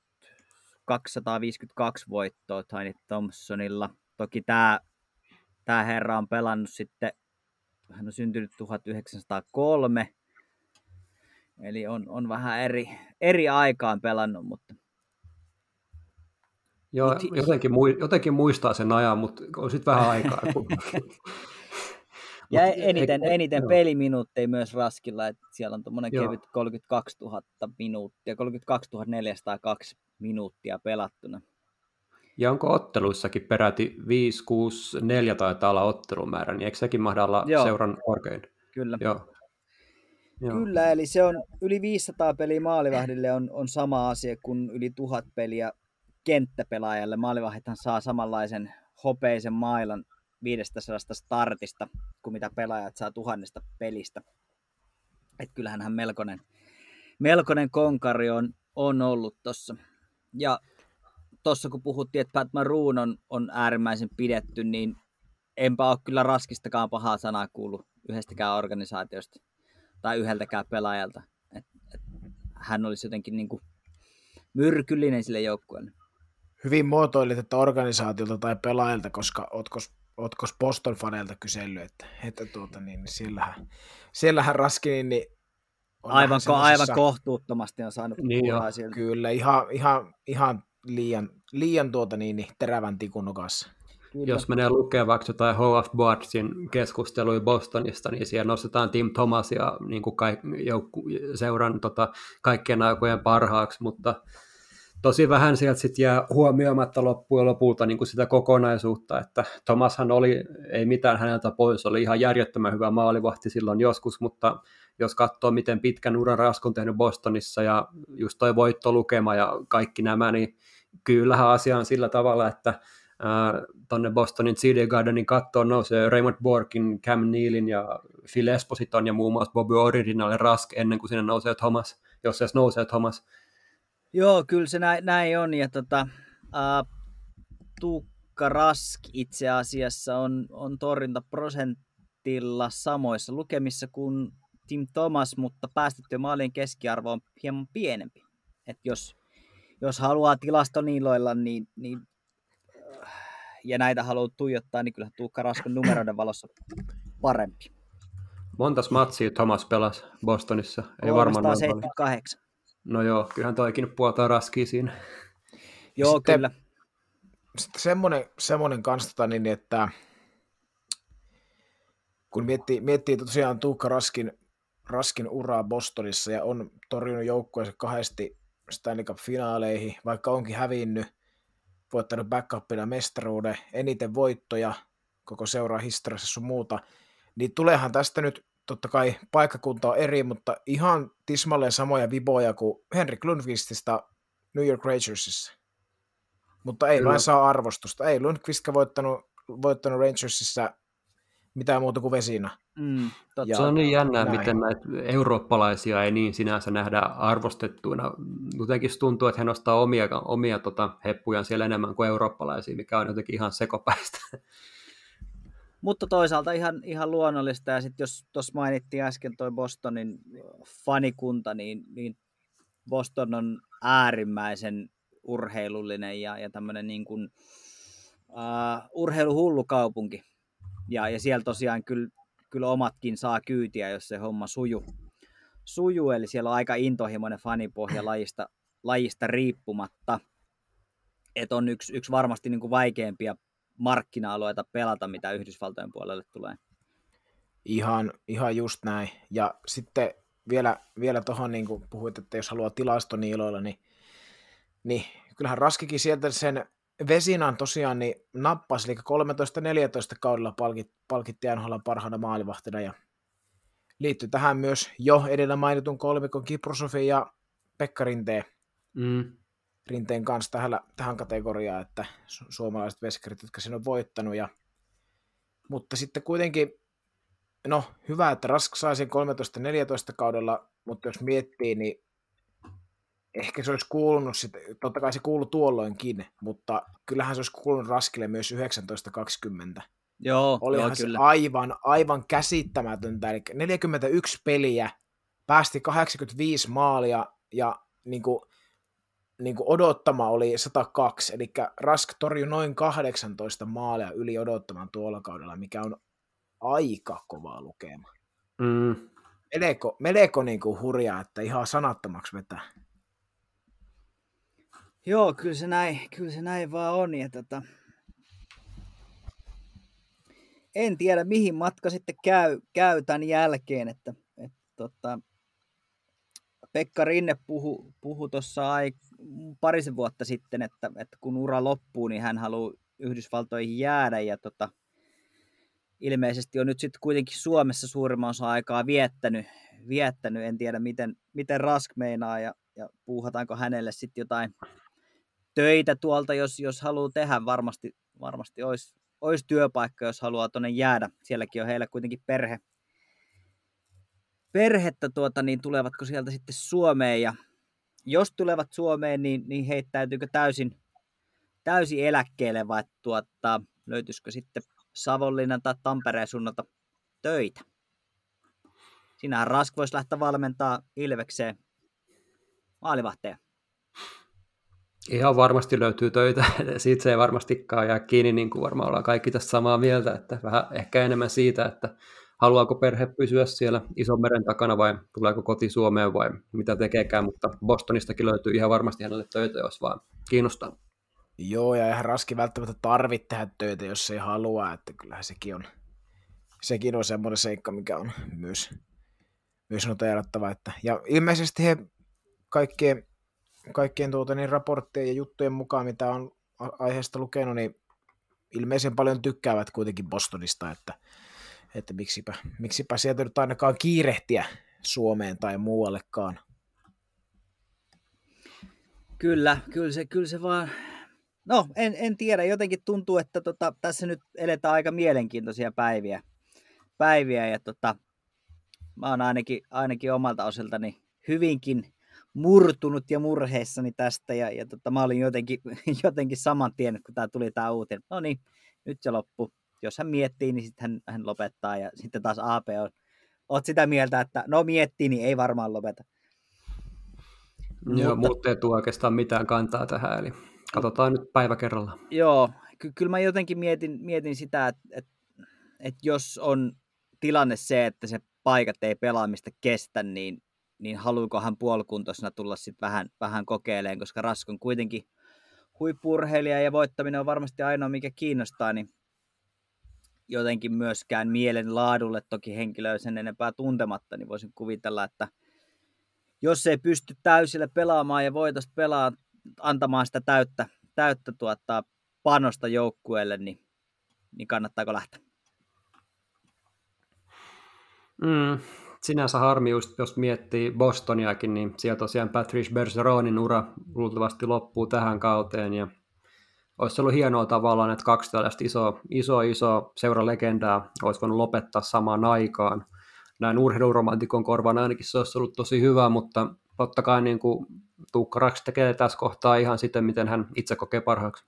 252 voittoa Tiny Thompsonilla. Toki tämä herra on pelannut sitten, hän on syntynyt 1903, eli on vähän eri aikaan pelannut, mutta Joo, jotenkin muistaa sen ajan, mutta on sitten vähän aikaa. Ja eniten peliminuutteja myös Raskilla, että siellä on tuommoinen kevyt 32 000 minuuttia, 32 402 minuuttia pelattuna. Ja onko otteluissakin peräti 5, 6, 4 taitaa olla ottelumäärä, niin eikö sekin mahda olla seuran korkein? Kyllä. Joo. Kyllä, eli se on yli 500 peliä maalivahdille on sama asia kuin yli 1000 peliä kenttäpelaajalle. Maalivahdithan saa samanlaisen hopeisen mailan 500 startista kuin mitä pelaajat saa 1000 pelistä. Et kyllähän hän melkoinen konkari on ollut tuossa. Ja tuossa kun puhuttiin, että Pat Maroon on äärimmäisen pidetty, niin enpä ole kyllä Raskistakaan pahaa sanaa kuullut yhdestäkään organisaatiosta tai yhdeltäkään pelaajalta. Et hän olisi jotenkin niin kuin myrkyllinen sille joukkueelle. Hyvin muotoilit, että organisaatiolta tai pelaajilta, koska ootko Boston-faneilta kysellyt, että niin siellähän Raski niin aivan kohtuuttomasti on saanut kuulla sieltä. Kyllä, ihan liian terävän tikun nokassa. Kyllä. Jos menee lukemaan vaikka jotain Howard Bardsin keskusteluja Bostonista, niin siellä nostetaan Tim Thomas ja niin kuin seuran kaikkien aikojen parhaaksi, mutta tosi vähän sieltä sitten jää huomioimatta loppujen lopulta niin kuin sitä kokonaisuutta, että Thomashan ei mitään häneltä pois, oli ihan järjettömän hyvä maalivahti silloin joskus, mutta jos katsoo, miten pitkän uran Rask on tehnyt Bostonissa ja just toi voittolukema ja kaikki nämä, niin kyllähän asia on sillä tavalla, että tuonne Bostonin CD Gardenin kattoon nousee Raymond Borkin, Cam Nealin ja Phil Espositon ja muun muassa Bobby Orrin rinnalle Rask ennen kuin sinne nousee Thomas, jos edes nousee Thomas. Joo, kyllä se näin on, ja Tuukka Rask itse asiassa on torjuntaprosentilla samoissa lukemissa kuin Tim Thomas, mutta päästettyjen maalien keskiarvo on hieman pienempi. Et jos haluaa tilastoniiloilla, niin ja näitä haluaa tuijottaa, niin kyllä Tuukka Rask on numeroiden valossa parempi. Montas matsia Thomas pelasi Bostonissa? Ei 378. No joo, kyllähän toikin puoltaa Raskia siinä. Joo, sitten, kyllä. Sitten semmoinen kanssa, niin että kun miettii tosiaan Tuukka Raskin uraa Bostonissa ja on torjunut joukkueensa 2 Stanley Cup-finaaleihin, vaikka onkin hävinnyt, voittanut backupina mestaruuden, eniten voittoja koko seuraa historiassa sun muuta, niin tuleehan tästä nyt, totta kai paikkakunta on eri, mutta ihan tismalleen samoja viboja kuin Henrik Lundqvistista New York Rangersissa. Mutta ei vain saa arvostusta. Ei Lundqvistka voittanut Rangersissa mitään muuta kuin Vesina. Se on niin jännää, miten näitä eurooppalaisia ei niin sinänsä nähdä arvostettuina. Jotenkin tuntuu, että he nostaa omia heppujaan siellä enemmän kuin eurooppalaisia, mikä on jotenkin ihan sekopäistä. Mutta toisaalta ihan luonnollista, ja sitten jos tuossa mainittiin äsken toi Bostonin fanikunta, niin Boston on äärimmäisen urheilullinen ja tämmöinen niin kuin, urheiluhullu kaupunki. Ja siellä tosiaan kyllä omatkin saa kyytiä, jos se homma sujuu. Eli siellä on aika intohimoinen fanipohja lajista riippumatta. Että on yksi varmasti niin kuin vaikeimpia markkina-alueita pelata, mitä Yhdysvaltojen puolelle tulee. Ihan just näin. Ja sitten vielä tuohon, niin kuin puhuit, että jos haluaa tilastoniiloilla, niin kyllähän Raskikin sieltä sen Vesinan tosiaan niin nappasi, eli 13-14 kaudella palkittiin NHL parhaana maalivahtina, ja liittyy tähän myös jo edellä mainitun kolmikon Kiprosofin ja Pekka Rinteen kanssa tähän kategoriaan, että suomalaiset veskarit, jotka sen on voittanut. Mutta sitten kuitenkin, no hyvä, että Rask sai sen 13-14 kaudella, mutta jos miettii, niin ehkä se olisi kuulunut, totta kai se kuului tuolloinkin, mutta kyllähän se olisi kuulunut Raskille myös 19-20. Olihan se kyllä aivan käsittämätöntä, eli 41 peliä, päästi 85 maalia ja niin kuin odottama oli 102, eli Rask torjui noin 18 maalia yli odottaman tuolla kaudella, mikä on aika kova lukema. Melko niin kuin hurjaa, että ihan sanattomaksi vetää. Joo, kyllä se näin vaan on. Ja en tiedä, mihin matka sitten käy tämän jälkeen, että Pekka Rinne puhui tuossa parisen vuotta sitten, että kun ura loppuu, niin hän haluaa Yhdysvaltoihin jäädä, ja ilmeisesti on nyt sitten kuitenkin Suomessa suurimman osa aikaa viettänyt. En tiedä, miten Rask meinaa, ja puuhataanko hänelle sitten jotain töitä tuolta, jos haluaa tehdä. Varmasti olisi työpaikka, jos haluaa tuonne jäädä. Sielläkin on heillä kuitenkin perhettä, niin tulevatko sieltä sitten Suomeen, ja jos tulevat Suomeen, niin heittäytyykö täysin eläkkeelle, vai löytyisikö sitten Savonlinnan tai Tampereen suunnalta töitä? Siinähän Rask voisi lähteä valmentaa Ilvekseen maalivahteja. Ihan varmasti löytyy töitä, siitä se ei varmastikaan jää kiinni, niin kuin varmaan ollaan kaikki tässä samaa mieltä, että vähän ehkä enemmän siitä, että haluaako perhe pysyä siellä ison meren takana vai tuleeko koti Suomeen vai mitä tekeekään, mutta Bostonistakin löytyy ihan varmasti hänelle töitä, jos vaan kiinnostaa. Joo, ja eihän Raski välttämättä tarvitse tehdä töitä, jos ei halua, että kyllähän sekin on semmoinen seikka, mikä on myös noteerattava. Ja ilmeisesti he kaikkien raporttien ja juttujen mukaan, mitä on aiheesta lukenut, niin ilmeisen paljon tykkäävät kuitenkin Bostonista, että miksipä sieltä nyt ainakaan kiirehtiä Suomeen tai muuallekaan. Kyllä se vaan, no en tiedä, jotenkin tuntuu, että tässä nyt eletään aika mielenkiintoisia päiviä ja mä oon ainakin omalta osaltani hyvinkin murtunut ja murheissani tästä, ja mä olin jotenkin saman tien, kun tuli tää uutinen. No niin, nyt se loppuu. Jos hän miettii, niin sitten hän lopettaa, ja sitten taas AP oot sitä mieltä, että no miettii, niin ei varmaan lopeta. Joo, mutta ei tule oikeastaan mitään kantaa tähän, eli katsotaan nyt päivä kerrallaan. Joo, kyllä mä jotenkin mietin sitä, että jos on tilanne se, että se paikat ei pelaamista kestä, niin haluukohan puolikuntoisena tulla sitten vähän kokeilemaan, koska Rask on kuitenkin huippu-urheilija ja voittaminen on varmasti ainoa, mikä kiinnostaa, niin jotenkin myöskään mielen laadulle toki henkilöä sen enempää tuntematta, niin voisin kuvitella, että jos ei pysty täysillä pelaamaan ja voitaisiin pelaa antamaan sitä täyttä panosta joukkueelle, niin kannattaako lähteä? Sinänsä harmi, just jos miettii Bostoniakin, niin siellä tosiaan Patrice Bergeronin ura luultavasti loppuu tähän kauteen, ja olisi ollut hienoa tavallaan, että kaksi tällaista iso seuralegendaa olisi voinut lopettaa samaan aikaan. Näin urheiluromantikon korvaan ainakin se olisi ollut tosi hyvä, mutta totta kai niin kuin Tuukka Rask tekee tässä kohtaa ihan sitten, miten hän itse kokee parhaaksi.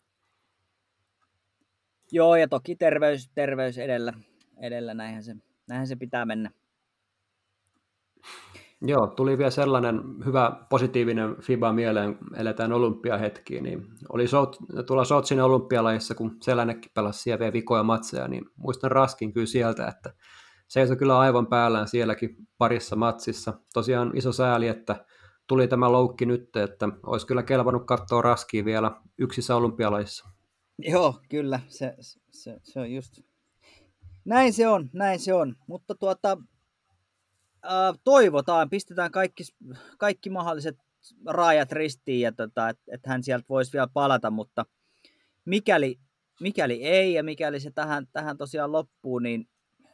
Joo, ja toki terveys edellä näinhän se pitää mennä. Joo, tuli vielä sellainen hyvä positiivinen FIBA mieleen, eletään olympiahetkiä, niin oli tuolla Sotsin olympialajissa, kun Selännekin pelasi siellä vielä vikoja matseja, niin muistan Raskin kyllä sieltä, että seisoi kyllä aivan päällään sielläkin parissa matsissa. Tosiaan iso sääli, että tuli tämä loukki nyt, että olisi kyllä kelvannut katsoa Raskia vielä yksissä olympialajissa. Joo, kyllä, se on just. Näin se on, mutta toivotaan, pistetään kaikki mahdolliset raajat ristiin, että hän sieltä voisi vielä palata, mutta mikäli ei ja mikäli se tähän tosiaan loppuu, niin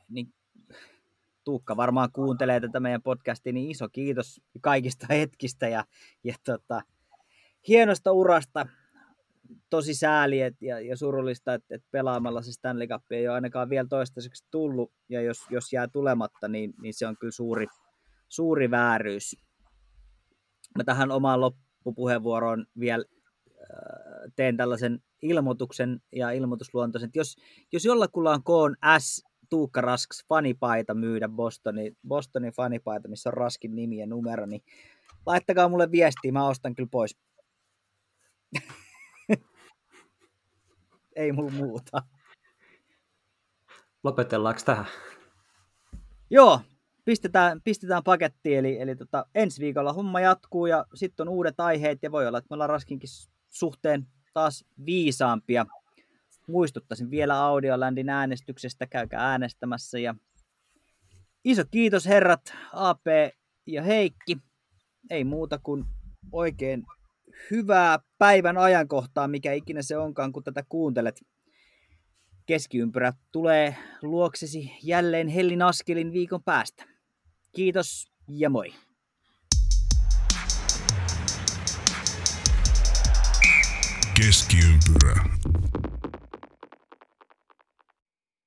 Tuukka varmaan kuuntelee tätä meidän podcastia, niin iso kiitos kaikista hetkistä ja hienosta urasta. Tosi sääli ja surullista, että pelaamalla se Stanley Cup ei ole ainakaan vielä toistaiseksi tullut, ja jos jää tulematta, niin se on kyllä suuri vääryys. Mä tähän omaan loppupuheenvuoroon vielä teen tällaisen ilmoituksen ja ilmoitusluontoisen, että jos jollakulla on KS Tuukka Rasks fanipaita myydä Bostonin fanipaita, missä on Raskin nimi ja numero, niin laittakaa mulle viestiä, mä ostan kyllä pois. Ei mulla muuta. Lopetellaanko tähän? Joo, pistetään pakettiin, eli ensi viikolla homma jatkuu ja sitten on uudet aiheet ja voi olla, että me ollaan Raskinkin suhteen taas viisaampia. Muistuttaisin vielä Audiolandin äänestyksestä, käykää äänestämässä ja iso kiitos herrat AP ja Heikki. Ei muuta kuin oikein hyvää päivän ajankohtaa, mikä ikinä se onkaan, kun tätä kuuntelet. Keskiympyrä tulee luoksesi jälleen hellin askelin viikon päästä. Kiitos ja moi. Keskiympyrä.